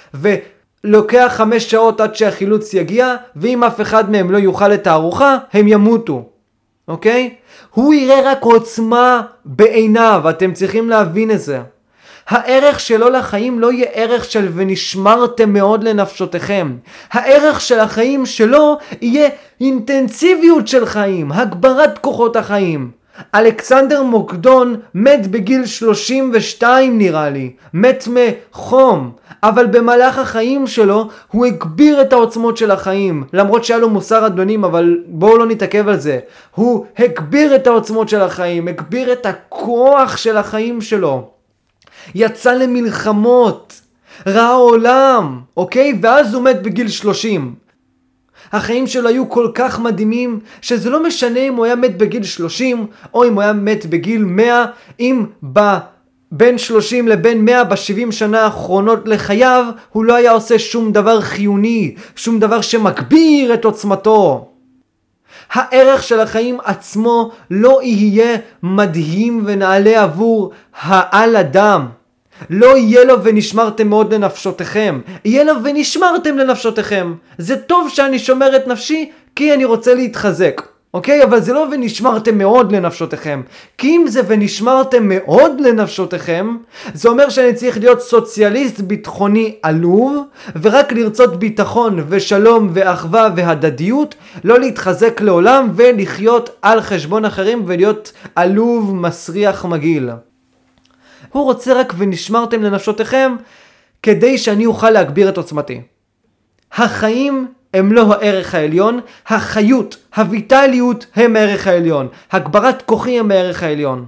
Speaker 1: לוקח 5 שעות עד שהחילוץ יגיע, ואם אף אחד מהם לא יאכל את הארוחה, הם ימותו. אוקיי? הוא יראה רק עוצמה בעיניו, אתם צריכים להבין את זה. הערך שלו לחיים לא יהיה ערך של ונשמרתם מאוד לנפשותיכם. הערך של החיים שלו יהיה אינטנסיביות של חיים, הגברת כוחות החיים. אלכסנדר מוקדון מת בגיל 32 נראה לי, מת מחום, אבל במהלך החיים שלו הוא הגביר את העוצמות של החיים, למרות שהיה לו מוסר אדונים, אבל בואו לא נתעכב על זה. הוא הגביר את העוצמות של החיים, הגביר את הכוח של החיים שלו, יצא למלחמות, ראה עולם, אוקיי? ואז הוא מת בגיל 30. החיים שלו היו כל כך מדהימים, שזה לא משנה אם הוא היה מת בגיל 30, או אם הוא היה מת בגיל 100, אם בין 30 לבין 100 ב-70 שנה האחרונות לחייו, הוא לא היה עושה שום דבר חיוני, שום דבר שמגביר את עוצמתו. הערך של החיים עצמו לא יהיה מדהים ונעלה עבור העל אדם. לא יהיה לו ונשמרתם מאוד לנפשותיכם, יהיה לו ונשמרתם לנפשותיכם. זה טוב שאני שומר את נפשי כי אני רוצה להתחזק, אוקיי? אבל זה לא ונשמרתם מאוד לנפשותיכם. כי אם זה ונשמרתם מאוד לנפשותיכם, זה אומר שאני צריך להיות סוציאליסט ביטחוני עלוב, ורק לרצות ביטחון ושלום ואחווה והדדיות, לא להתחזק לעולם ולחיות על חשבון אחרים ולהיות עלוב, מסריח, מגעיל. הוא רוצה רק ונשמרתם לנפשותיכם כדי שאני אוכל להגביר את עוצמתי. החיים הם לא הערך העליון, החיות, הויטליות הם הערך העליון, הגברת כוחי הם הערך העליון.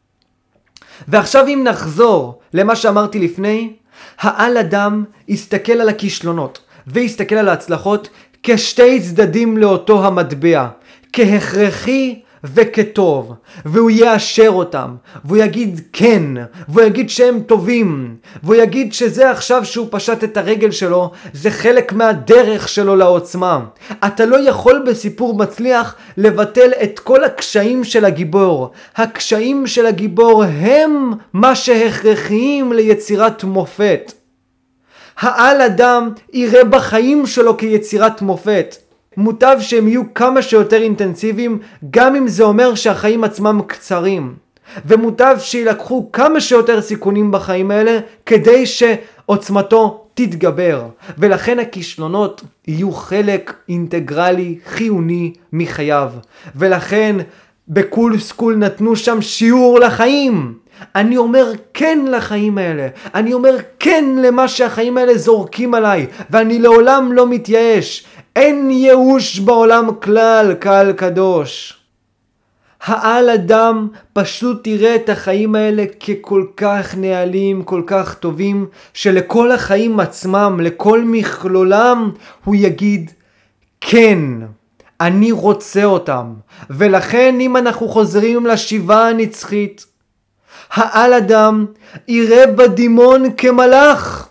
Speaker 1: ועכשיו אם נחזור למה שאמרתי לפני, העל אדם יסתכל על הכישלונות ויסתכל על ההצלחות כשתי צדדים לאותו המטבע, כהכרחי וכטוב, והוא יאשר אותם, והוא יגיד כן, והוא יגיד שהם טובים, והוא יגיד שזה עכשיו שהוא פשט את הרגל שלו, זה חלק מהדרך שלו לעוצמה. אתה לא יכול בסיפור מצליח לבטל את כל הקשיים של הגיבור. הקשיים של הגיבור הם מה שהכרחיים ליצירת מופת. העל אדם יראה בחיים שלו כיצירת מופת. מוטב שהם יהיו כמה שיותר אינטנסיביים, גם אם זה אומר שהחיים עצמם קצרים. ומוטב שילקחו כמה שיותר סיכונים בחיים האלה, כדי שעוצמתו תתגבר. ולכן הכישלונות יהיו חלק אינטגרלי חיוני מחייו. ולכן בקול סקול נתנו שם שיעור לחיים. אני אומר כן לחיים האלה, אני אומר כן למה שהחיים האלה זורקים עליי, ואני לעולם לא מתייאש. אין ייאוש בעולם כלל, קהל קדוש. העל אדם פשוט תראה את החיים האלה ככל כך נעלים, כל כך טובים, שלכל החיים עצמם, לכל מכלולם, הוא יגיד כן, אני רוצה אותם. ולכן אם אנחנו חוזרים לשיבה הנצחית, העל אדם יראה בדימון כמלאך.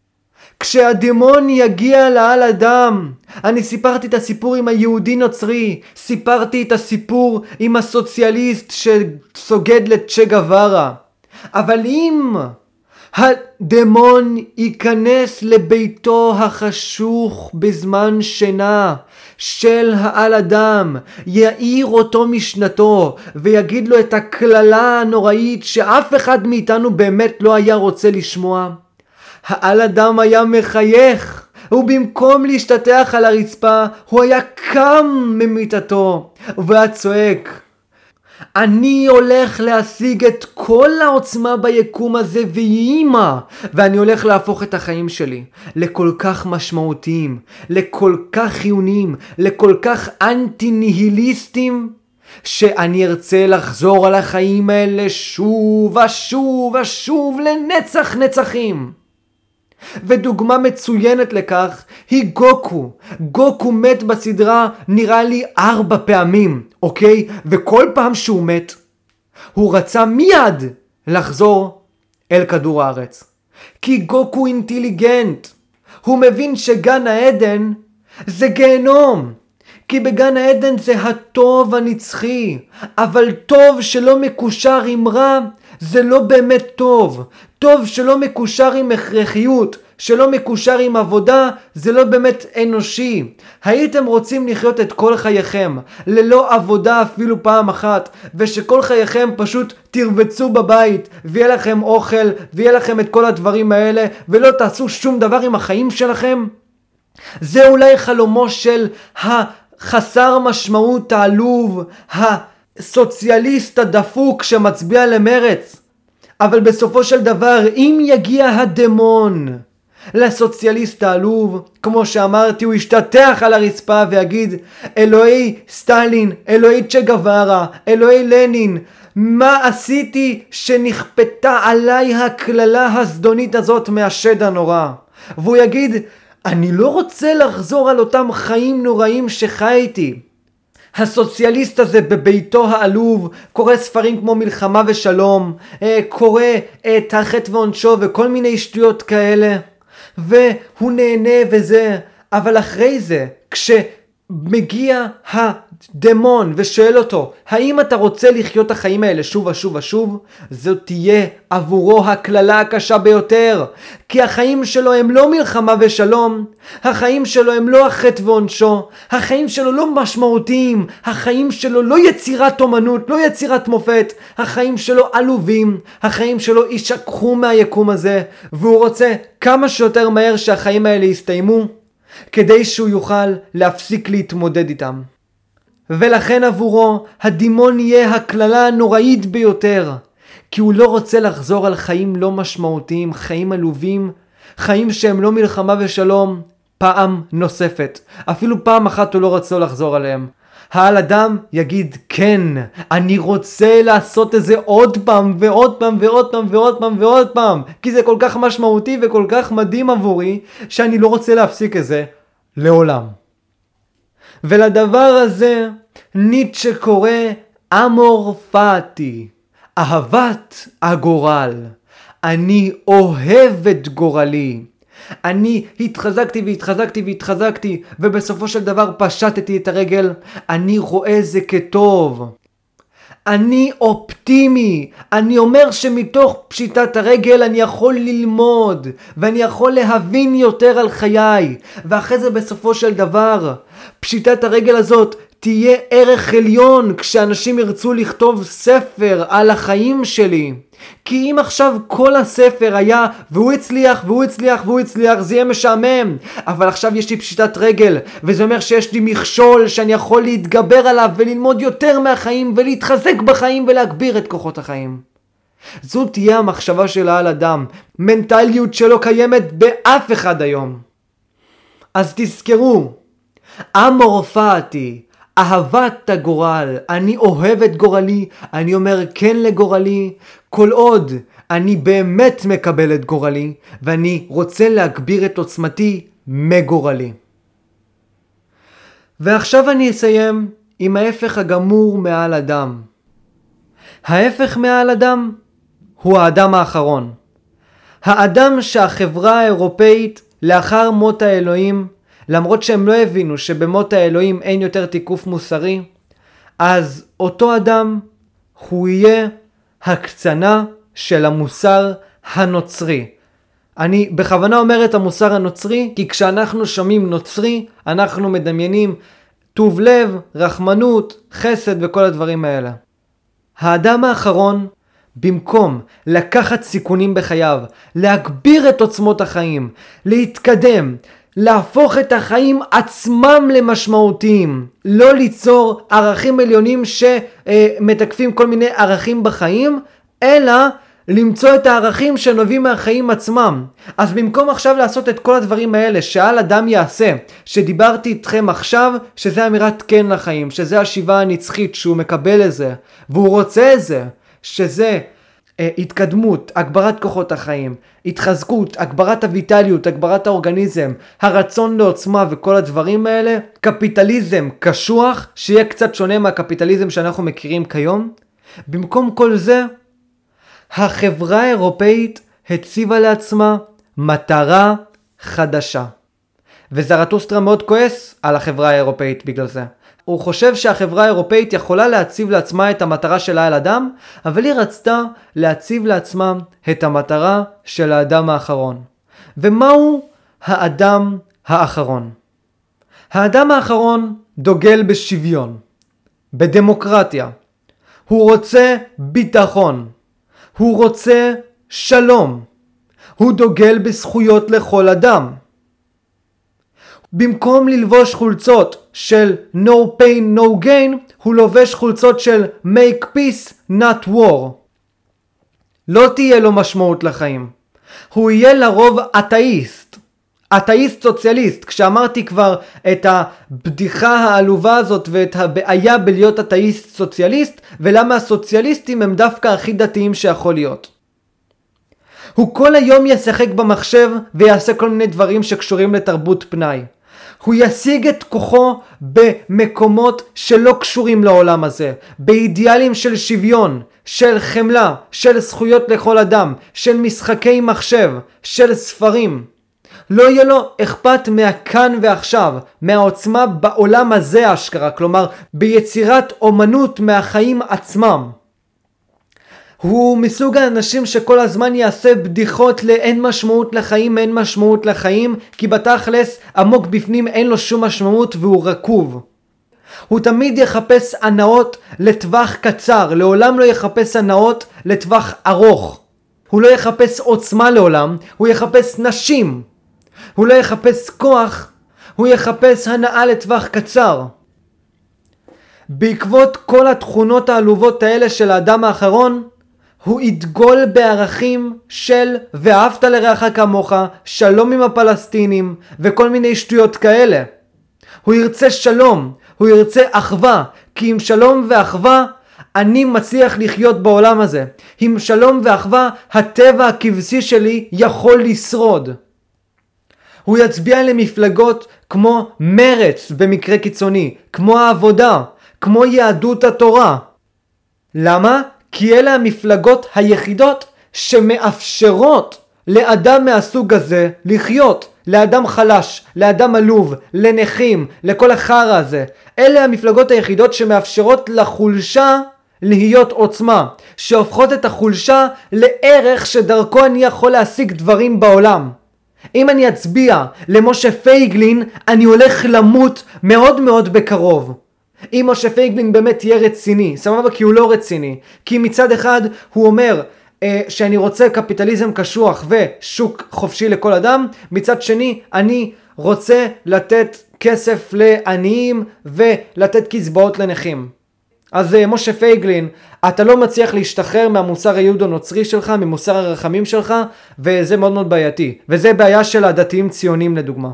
Speaker 1: כשהדמון יגיע לעל אדם, אני סיפרתי את הסיפור עם היהודי נוצרי, סיפרתי את הסיפור עם הסוציאליסט שסוגד לצ'ה גווארה. אבל אם הדמון ייכנס לביתו החשוך בזמן שינה של העל אדם, יאיר אותו משנתו ויגיד לו את הכללה הנוראית שאף אחד מאיתנו באמת לא היה רוצה לשמוע, העל אדם היה מחייך, ובמקום להשתטח על הרצפה הוא היה קם ממיטתו והיה צועק, אני הולך להשיג את כל העוצמה ביקום הזה ואימא, ואני הולך להפוך את החיים שלי לכל כך משמעותיים, לכל כך חיוניים, לכל כך אנטי-ניהיליסטים, שאני ארצה לחזור על החיים האלה שוב ושוב ושוב לנצח נצחים. ודוגמה מצוינת לכך היא גוקו. גוקו מת בסדרה נראה לי 4 פעמים, אוקיי? וכל פעם שהוא מת, הוא רצה מיד לחזור אל כדור הארץ. כי גוקו אינטליגנט. הוא מבין שגן העדן זה גיהנום. כי בגן העדן זה הטוב הנצחי. אבל טוב שלא מקושר עם רע, זה לא באמת טוב. טוב שלא מקושר עם הכרחיות, שלא מקושר עם עבודה, זה לא באמת אנושי. הייתם רוצים לחיות את כל חייכם ללא עבודה אפילו פעם אחת, ושכל חייכם פשוט תרבצו בבית ויהיה לכם אוכל ויהיה לכם את כל הדברים האלה ולא תעשו שום דבר עם החיים שלכם? זה אולי חלומו של החסר משמעות העלוב, הסוציאליסט הדפוק שמצביע למרץ. אבל בסופו של דבר, אם יגיע הדמון לסוציאליסט העלוב, כמו שאמרתי, הוא ישתטח על הרצפה ויגיד, אלוהי סטלין, אלוהי צ'ה גווארה, אלוהי לנין, מה עשיתי שנכפתה עליי הכללה הזדונית הזאת מהשד הנורא? והוא יגיד, אני לא רוצה לחזור על אותם חיים נוראים שחייתי. הסוציאליסט הזה בביתו העלוב קורא ספרים כמו מלחמה ושלום, קורא את החטא ועונשו וכל מיני שטויות כאלה, והוא נהנה וזה. אבל אחרי זה, מגיע הדמון ושואל אותו, האם אתה רוצה לחיות את החיים האלה שוב ושוב ושוב? זאת תהיה עבורו הכללה הקשה ביותר, כי החיים שלו הם לא מלחמה ושלום, החיים שלו הם לא החטא ועונשו, החיים שלו לא משמעותיים, החיים שלו לא יצירת אומנות, לא יצירת מופת, החיים שלו עלובים, החיים שלו יישכחו מהיקום הזה, והוא רוצה כמה שיותר מהר שהחיים האלה יסתיימו, כדי שהוא יוכל להפסיק להתמודד איתם. ולכן עבורו הדימון יהיה הכללה הנוראית ביותר, כי הוא לא רוצה לחזור על חיים לא משמעותיים, חיים עלובים, חיים שהם לא מלחמה ושלום, פעם נוספת. אפילו פעם אחת הוא לא רוצה לחזור עליהם. העל אדם יגיד, כן, אני רוצה לעשות את זה עוד פעם ועוד פעם ועוד פעם ועוד פעם ועוד פעם, כי זה כל כך משמעותי וכל כך מדהים עבורי, שאני לא רוצה להפסיק את זה לעולם. ולדבר הזה ניטשה קורא אמור פאטי, אהבת הגורל. אני אוהב את גורלי. אני התחזקתי והתחזקתי והתחזקתי, ובסופו של דבר פשטתי את הרגל. אני רואה זה כטוב. אני אופטימי. אני אומר שמתוך פשיטת הרגל אני יכול ללמוד, ואני יכול להבין יותר על חיי. ואחרי זה בסופו של דבר, פשיטת הרגל הזאת תהיה ערך עליון כשאנשים ירצו לכתוב ספר על החיים שלי. כי אם עכשיו כל הספר היה והוא הצליח והוא הצליח והוא הצליח, זה יהיה משעמם. אבל עכשיו יש לי פשיטת רגל, וזה אומר שיש לי מכשול שאני יכול להתגבר עליו וללמוד יותר מהחיים ולהתחזק בחיים ולהגביר את כוחות החיים. זו תהיה המחשבה של העל אדם, מנטליות שלא קיימת באף אחד היום. אז תזכרו, אמור פאטי, אהבת הגורל. אני אוהב את גורלי, אני אומר כן לגורלי, כל עוד אני באמת מקבל את גורלי, ואני רוצה להגביר את עוצמתי מגורלי. ועכשיו אני אסיים עם ההפך הגמור מעל אדם. ההפך מעל אדם הוא האדם האחרון. האדם שהחברה האירופאית לאחר מות האלוהים, למרות שהם לא הבינו שבמות האלוהים אין יותר תיקוף מוסרי, אז אותו אדם הוא יהיה הקצנה של המוסר הנוצרי. אני בכוונה אומר את המוסר הנוצרי, כי כשאנחנו שומעים נוצרי, אנחנו מדמיינים טוב לב, רחמנות, חסד וכל הדברים האלה. האדם האחרון, במקום לקחת סיכונים בחייו, להגביר את עוצמות החיים, להתקדם, להפוך את החיים עצמם למשמעותיים, לא ליצור ערכים עליונים שמתקפים כל מיני ערכים בחיים, אלא למצוא את הערכים שנובעים מהחיים עצמם. אז במקום עכשיו לעשות את כל הדברים האלה שעל אדם יעשה, שדיברתי איתכם עכשיו, שזה אמירת כן לחיים, שזה השיבה הנצחית שהוא מקבל את זה, והוא רוצה את זה, שזה התקדמות, הגברת כוחות החיים, התחזקות, הגברת הויטליות, הגברת האורגניזם, הרצון לעוצמה וכל הדברים האלה, קפיטליזם קשוח, שיהיה קצת שונה מהקפיטליזם שאנחנו מכירים כיום. במקום כל זה, החברה האירופאית הציבה לעצמה מטרה חדשה. וזרטוסטרה מאוד כועס על החברה האירופאית בגלל זה. הוא חושב שהחברה האירופאית יכולה להציב לעצמה את המטרה של העל אדם, אבל היא רצתה להציב לעצמה את המטרה של האדם האחרון. ומהו האדם האחרון? האדם האחרון דוגל בשוויון, בדמוקרטיה. הוא רוצה ביטחון. הוא רוצה שלום. הוא דוגל בזכויות לכל אדם. במקום ללבוש חולצות של no pain no gain, הוא לובש חולצות של make peace not war. לא תהיה לו משמעות לחיים. הוא יהיה לרוב אתאיסט. אתאיסט סוציאליסט. כשאמרתי כבר את הבדיחה העלובה הזאת ואת הבעיה בלהיות אתאיסט סוציאליסט, ולמה הסוציאליסטים הם דווקא הכי דתיים שיכול להיות. הוא כל היום ישחק במחשב ויעשה כל מיני דברים שקשורים לתרבות פנאי. הוא ישיג את כוחו במקומות שלא קשורים לעולם הזה, באידיאלים של שוויון, של חמלה, של זכויות לכל אדם, של משחקי מחשב, של ספרים. לא יהיה לו אכפת מהכאן ועכשיו, מהעוצמה בעולם הזה אשכרה, כלומר ביצירת אומנות מהחיים עצמם. הוא מסוג האנשים שכל הזמן יעשה בדיחות לאין משמעות לחיים, אין משמעות לחיים, כי בתכלס עמוק בפנים אין לו שום משמעות והוא רקוב. הוא תמיד יחפש הנאות לטווח קצר, לעולם לא יחפש הנאות לטווח ארוך. הוא לא יחפש עוצמה לעולם, הוא יחפש נשים. הוא לא יחפש כוח, הוא יחפש הנאה לטווח קצר. בעקבות כל התכונות העלובות האלה של האדם האחרון, הוא ידגול בערכים של ואהבת לרעך כמוך, שלום עם הפלסטינים וכל מיני שטויות כאלה. הוא ירצה שלום, הוא ירצה אחווה, כי עם שלום ואחווה אני מצליח לחיות בעולם הזה. עם שלום ואחווה הטבע הכבשי שלי יכול לשרוד. הוא יצביע למפלגות כמו מרץ במקרה קיצוני, כמו העבודה, כמו יהדות התורה. למה? כי אלה המפלגות היחידות שמאפשרות לאדם מהסוג הזה לחיות, לאדם חלש, לאדם עלוב, לנכים, לכל החרא הזה. אלה המפלגות היחידות שמאפשרות לחולשה להיות עוצמה, שהופכות את החולשה לערך שדרכו אני יכול להשיג דברים בעולם. אם אני אצביע למשה פייגלין, אני הולך למות מאוד מאוד בקרוב. אם משה פייגלין באמת יהיה רציני, סבבה, כי הוא לא רציני. כי מצד אחד הוא אומר שאני רוצה קפיטליזם קשוח ושוק חופשי לכל אדם, מצד שני אני רוצה לתת כסף לעניים ולתת קצבאות לנכים. אז משה פייגלין, אתה לא מצליח להשתחרר מהמוסר היהודו נוצרי שלך, ממוסר הרחמים שלך, וזה מאוד מאוד בעייתי. וזה בעיה של הדתיים ציונים לדוגמה.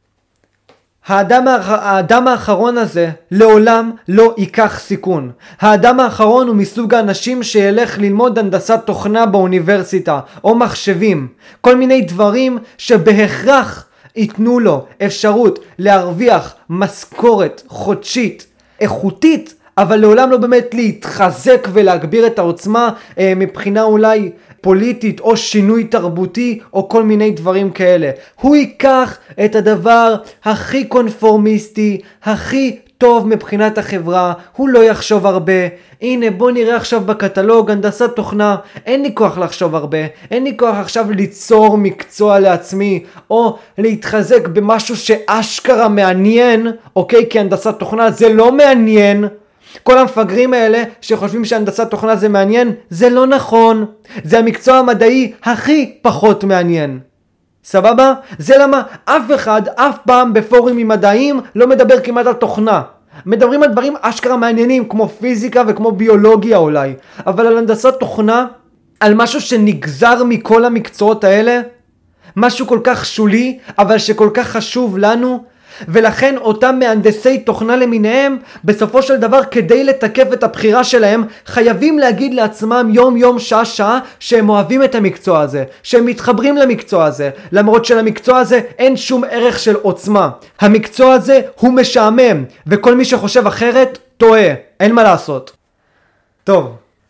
Speaker 1: האדם האחרון הזה לעולם לא ייקח סיכון. האדם האחרון הוא מסוג האנשים שילך ללמוד הנדסת תוכנה באוניברסיטה או מחשבים, כל מיני דברים שבהכרח ייתנו לו אפשרות להרוויח משכורת חודשית איכותית, אבל לעולם לא באמת להתחזק ולהגביר את העוצמה מבחינה אולי פוליטית או שינוי תרבותי או כל מיני דברים כאלה. הוא ייקח את הדבר הכי קונפורמיסטי, הכי טוב מבחינת החברה, הוא לא יחשוב הרבה. הנה בוא נראה עכשיו בקטלוג הנדסת תוכנה, אין לי כוח לחשוב הרבה, אין לי כוח עכשיו ליצור מקצוע לעצמי או להתחזק במשהו שאשכרה מעניין, אוקיי? כי הנדסת תוכנה זה לא מעניין. כל המפגרים האלה שחושבים שהנדסת תוכנה זה מעניין, זה לא נכון. זה המקצוע המדעי הכי פחות מעניין. סבבה? זה למה אף אחד, אף פעם בפורומים מדעיים לא מדבר כמעט על תוכנה. מדברים על דברים אשכרה מעניינים כמו פיזיקה וכמו ביולוגיה אולי. אבל על הנדסת תוכנה, על משהו שנגזר מכל המקצועות האלה, משהו כל כך שולי אבל שכל כך חשוב לנו, ולכן אותם מהנדסי תוכנה למיניהם בסופו של דבר כדי לתקף את הבחירה שלהם חייבים להגיד לעצמם יום יום שעה שעה שהם אוהבים את המקצוע הזה, שהם מתחברים למקצוע הזה, למרות שלמקצוע הזה אין שום ערך של עוצמה. המקצוע הזה הוא משעמם וכל מי שחושב אחרת טועה, אין מה לעשות. טוב,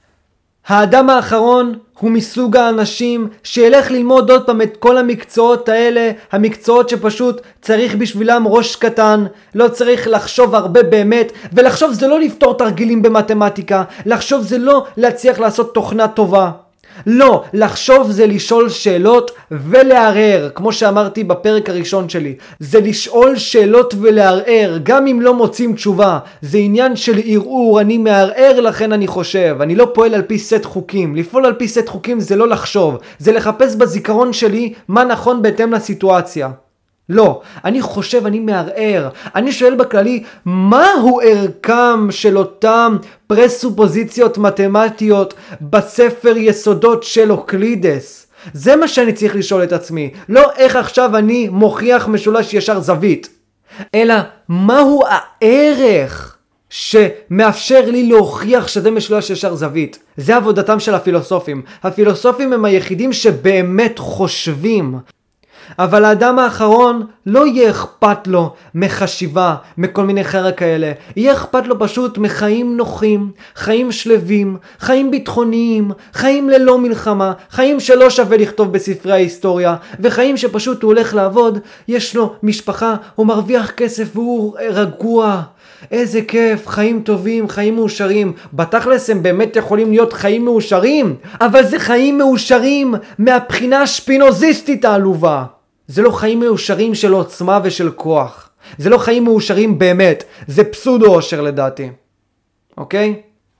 Speaker 1: האדם האחרון הוא מסוג האנשים שילך ללמוד עוד פעם את כל המקצועות האלה, המקצועות שפשוט צריך בשבילם ראש קטן, לא צריך לחשוב הרבה באמת, ולחשוב זה לא לפתור תרגילים במתמטיקה, לחשוב זה לא להצליח לעשות תוכנה טובה. לא, לחשוב זה לשאול שאלות ולערער, כמו שאמרתי בפרק הראשון שלי. זה לשאול שאלות ולערער, גם אם לא מוצאים תשובה. זה עניין של ערעור, אני מערער לכן אני חושב. אני לא פועל על פי סט חוקים. לפעול על פי סט חוקים זה לא לחשוב, זה לחפש בזיכרון שלי מה נכון בהתאם לסיטואציה. לא, אני חושב, אני מערער. אני שואל בכללי, מהו ערכם של אותם פרסופוזיציות מתמטיות בספר יסודות של אוקלידס? זה מה שאני צריך לשאול את עצמי. לא איך עכשיו אני מוכיח משולש ישר זווית, אלא מהו הערך שמאפשר לי להוכיח שזה משולש ישר זווית. זה עבודתם של הפילוסופים. הפילוסופים הם היחידים שבאמת חושבים. אבל האדם האחרון לא יהיה אכפת לו מחשיבה, מכל מיני חרא כאלה. יהיה אכפת לו פשוט מחיים נוחים, חיים שלווים, חיים ביטחוניים, חיים ללא מלחמה, חיים שלא שווה לכתוב בספרי ההיסטוריה, וחיים שפשוט הוא הולך לעבוד, יש לו משפחה, הוא מרוויח כסף והוא רגוע. איזה כיף, חיים טובים, חיים מאושרים. בתכלס הם באמת יכולים להיות חיים מאושרים, אבל זה חיים מאושרים מהבחינה השפינוזיסטית העלובה. זה לא חיים מאושרים של עוצמה ושל כוח. זה לא חיים מאושרים באמת, זה פסודו אושר לדעתי. אוקיי?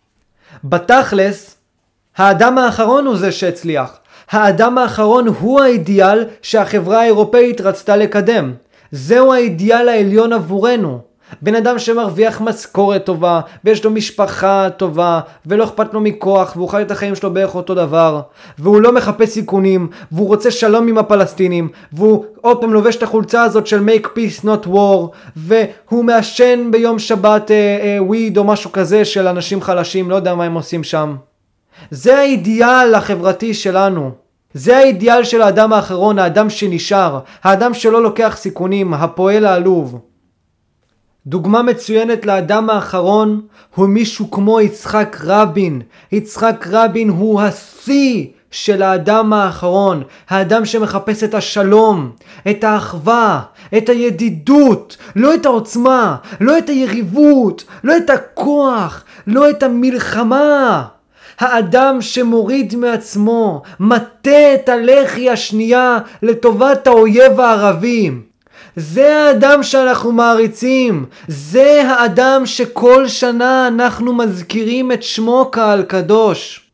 Speaker 1: בתכלס, האדם האחרון הוא זה שהצליח. האדם האחרון הוא האידיאל שהחברה האירופאית רצתה לקדם. זהו האידיאל העליון עבורנו. בן אדם שמרוויח משכורת טובה, ויש לו משפחה טובה, ולא אכפת לו מכוח, והוא חי את החיים שלו בערך אותו דבר, והוא לא מחפש סיכונים, והוא רוצה שלום עם הפלסטינים, והוא עוד פעם לובש את החולצה הזאת של make peace not war, והוא מעשן ביום שבת וויד או משהו כזה של אנשים חלשים, לא יודע מה הם עושים שם. זה האידיאל החברתי שלנו. זה האידיאל של האדם האחרון, האדם שנשאר, האדם שלא לוקח סיכונים, הפועל העלוב. דוגמה מצוינת לאדם האחרון הוא מישהו כמו יצחק רבין. יצחק רבין הוא השיא של האדם האחרון, האדם שמחפש את השלום, את האחווה, את הידידות, לא את העוצמה, לא את היריבות, לא את הכוח, לא את המלחמה. האדם שמוריד מעצמו, מטה את הלחי השנייה לטובת האויב הערבי. זה האדם שאנחנו מעריצים. זה האדם שכל שנה אנחנו מזכירים את שמו קהל קדוש.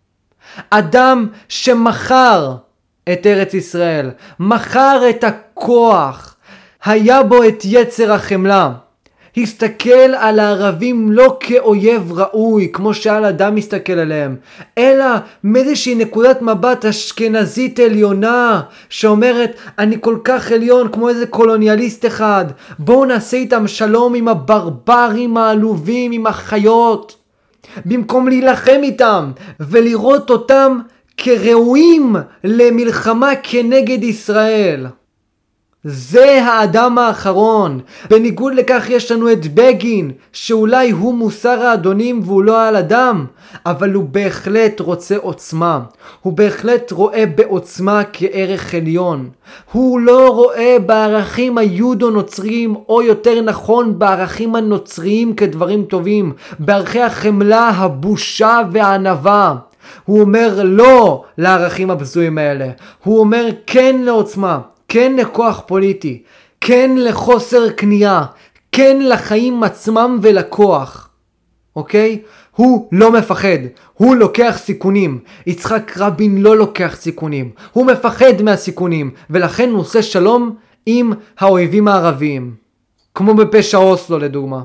Speaker 1: אדם שמכר את ארץ ישראל, מכר את הכוח, היה בו את יצר החמלה. הסתכל על הערבים לא כאויב ראוי כמו שעל אדם מסתכל עליהם, אלא מאיזושהי נקודת מבט אשכנזית עליונה שאומרת אני כל כך עליון כמו איזה קולוניאליסט אחד, בואו נעשה איתם שלום עם הברברים העלובים, עם החיות, במקום להילחם איתם ולראות אותם כראויים למלחמה כנגד ישראל. זה האדם האחרון. בניגוד לכך יש לנו את בגין, שאולי הוא מוסר האדונים והוא לא על אדם, אבל הוא בהחלט רוצה עוצמה. הוא בהחלט רואה בעוצמה כערך עליון. הוא לא רואה בערכים היהודו-נוצריים, או יותר נכון בערכים הנוצריים כדברים טובים, בערכי החמלה, הבושה והענווה. הוא אומר לא לערכים הבזויים האלה. הוא אומר כן לעוצמה, כן לכוח פוליטי, כן לחוסר קנייה, כן לחיים עצמם ולכוח. אוקיי? הוא לא מפחד, הוא לוקח סיכונים. יצחק רבין לא לוקח סיכונים, הוא מפחד מהסיכונים, ולכן הוא עושה שלום עם האויבים הערביים. כמו בפשע אוסלו לדוגמה.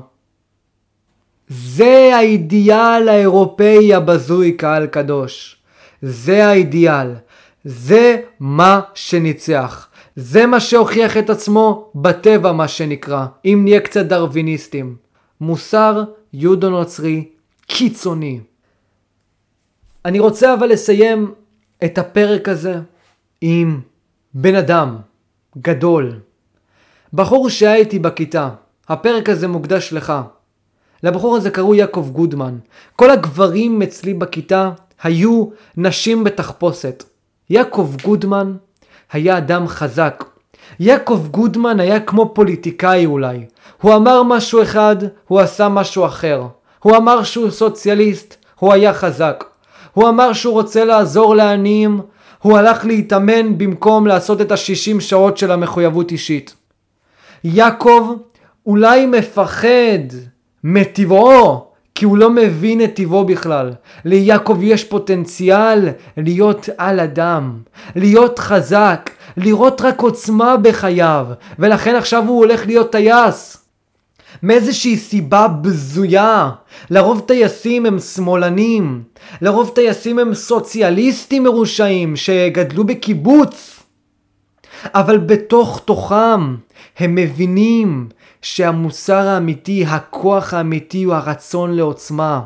Speaker 1: זה האידיאל האירופאי הבזוי קהל קדוש. זה האידיאל. זה מה שניצח. זה מה שהוכיח את עצמו בטבע מה שנקרא, אם נהיה קצת דרוויניסטים. מוסר יהודו נוצרי קיצוני. אני רוצה אבל לסיים את הפרק הזה עם בן אדם גדול. בחור שהיה איתי בכיתה. הפרק הזה מוקדש לך. לבחור הזה קראו יעקב גודמן. כל הגברים אצלי בכיתה היו נשים בתחפושת. יעקב גודמן היה אדם חזק. יעקב גודמן היה כמו פוליטיקאי אולי. הוא אמר משהו אחד, הוא עשה משהו אחר. הוא אמר שהוא סוציאליסט, הוא היה חזק. הוא אמר שהוא רוצה לעזור לעניים, הוא הלך להתאמן במקום לעשות את ה-60 שעות של המחויבות אישית. יעקב אולי מפחד מטבעו, כי הוא לא מבין את טבעו בכלל. ליעקב יש פוטנציאל להיות על אדם, להיות חזק, לראות רק עוצמה בחייו, ולכן עכשיו הוא הולך להיות טייס. מאיזושהי סיבה בזויה. לרוב טייסים הם שמאלנים, לרוב טייסים הם סוציאליסטים מרושעים שגדלו בקיבוץ, אבל בתוך תוכם הם מבינים שהמוסר האמיתי, הכוח האמיתי הוא הרצון לעוצמה.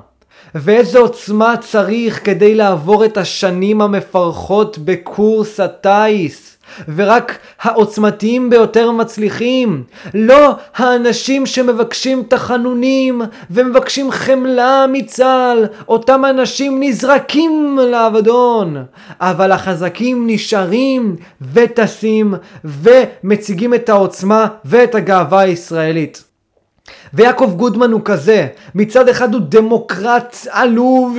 Speaker 1: ואיזה עוצמה צריך כדי לעבור את השנים המפרכות בקורס הטייס. ורק העוצמתיים ביותר מצליחים. לא האנשים שמבקשים תחנונים ומבקשים חמלה מצה"ל. אותם אנשים נזרקים לאבדון. אבל החזקים נשארים וטסים ומציגים את העוצמה ואת הגאווה הישראלית. ויעקב גודמן הוא כזה. מצד אחד הוא דמוקרט עלוב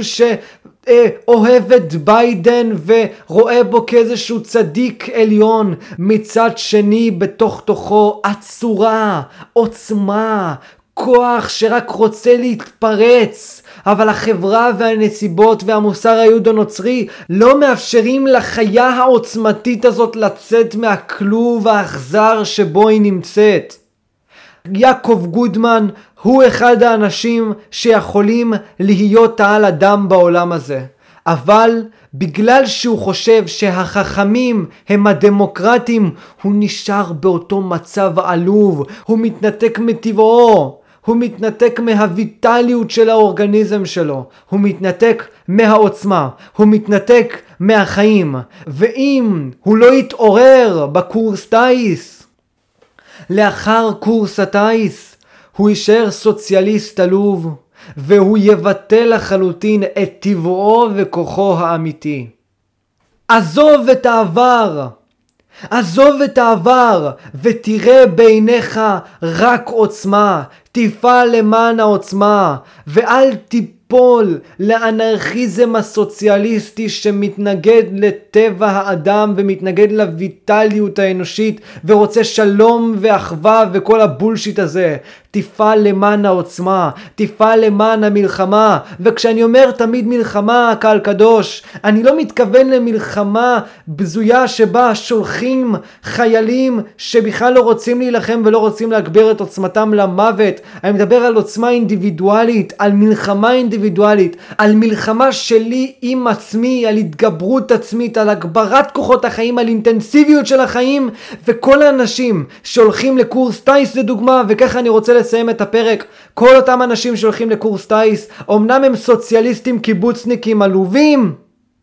Speaker 1: שאוהב את ביידן ורואה בו כאיזשהו צדיק עליון. מצד שני בתוך תוכו עצורה, עוצמה, כוח שרק רוצה להתפרץ. אבל החברה והנסיבות והמוסר היהודו נוצרי לא מאפשרים לחיה העוצמתית הזאת לצאת מהכלוב האכזר שבו היא נמצאת. יעקב גודמן הוא אחד האנשים שיכולים להיות העל אדם בעולם הזה. אבל בגלל שהוא חושב שהחכמים הם הדמוקרטים, הוא נשאר באותו מצב עלוב. הוא מתנתק מטבעו. הוא מתנתק מהויטליות של האורגניזם שלו. הוא מתנתק מהעוצמה. הוא מתנתק מהחיים. ואם הוא לא יתעורר בקורס טייס, לאחר קורס הטייס, הוא יישאר סוציאליסט עלוב, והוא יבטל לחלוטין את טבעו וכוחו האמיתי. עזוב את העבר. עזוב את העבר ותראה בעיניך רק עוצמה. תפעל למען העוצמה ואל תיפול לאנרכיזם הסוציאליסטי שמתנגד לטבע האדם ומתנגד לויטליות האנושית ורוצה שלום ואחווה וכל הבולשיט הזה. תפעל למען העוצמה, תפעל למען המלחמה. וכשאני אומר תמיד מלחמה, קהל קדוש, אני לא מתכוון למלחמה בזויה שבה שולחים חיילים שבכלל לא רוצים להילחם ולא רוצים להגביר את עוצמתם למוות. אני מדבר על עוצמה אינדיבידואלית, על מלחמה אינדיבידואלית, על מלחמה שלי עם עצמי, על התגברות עצמית, על הגברת כוחות החיים, על אינטנסיביות של החיים. וכל האנשים שהולכים לקורס טייס לדוגמה, וככה אני רוצה לסיים את הפרק, כל אותם אנשים שהולכים לקורס טייס, אמנם הם סוציאליסטים קיבוצניקים עלובים,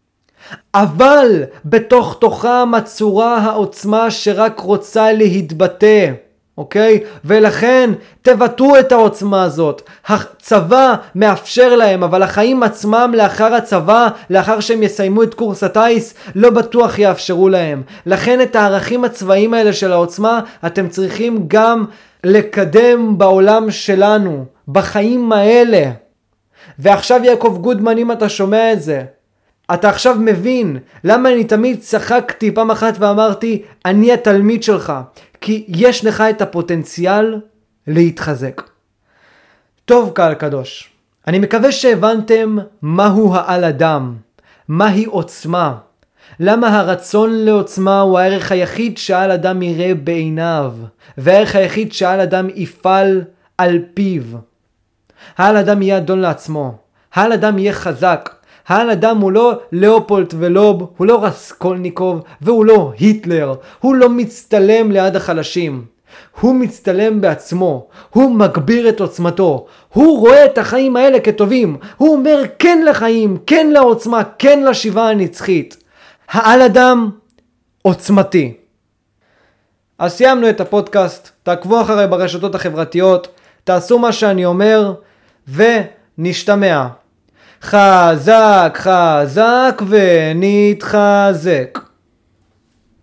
Speaker 1: אבל בתוך תוכם עצורה העוצמה שרק רוצה להתבטא. אוקיי? ולכן תבטאו את העוצמה הזאת. הצבא מאפשר להם, אבל החיים עצמם לאחר הצבא, לאחר שהם יסיימו את קורס הטייס, לא בטוח יאפשרו להם. לכן את הערכים הצבאיים האלה של העוצמה, אתם צריכים גם לקדם בעולם שלנו, בחיים האלה. ועכשיו יעקב גודמן, אם אתה שומע את זה, אתה עכשיו מבין למה אני תמיד צחקתי פעם אחת ואמרתי, אני התלמיד שלך. כי יש לך את הפוטנציאל להתחזק. טוב קהל קדוש, אני מקווה שהבנתם מהו העל אדם, מהי עוצמה, למה הרצון לעוצמה הוא הערך היחיד שהעל אדם יראה בעיניו, והערך היחיד שהעל אדם יפעל על פיו. העל אדם יהיה אדון לעצמו, העל אדם יהיה חזק, העל אדם הוא לא לאופולד ולוב, הוא לא רסקולניקוב והוא לא היטלר, הוא לא מצטלם ליד החלשים, הוא מצטלם בעצמו, הוא מגביר את עוצמתו, הוא רואה את החיים האלה כטובים, הוא אומר כן לחיים, כן לעוצמה, כן לשיבה הנצחית. העל אדם עוצמתי. אז סיימנו את הפודקאסט, תעקבו אחריי ברשתות החברתיות, תעשו מה שאני אומר ונשתמע. חזק חזק ונתחזק.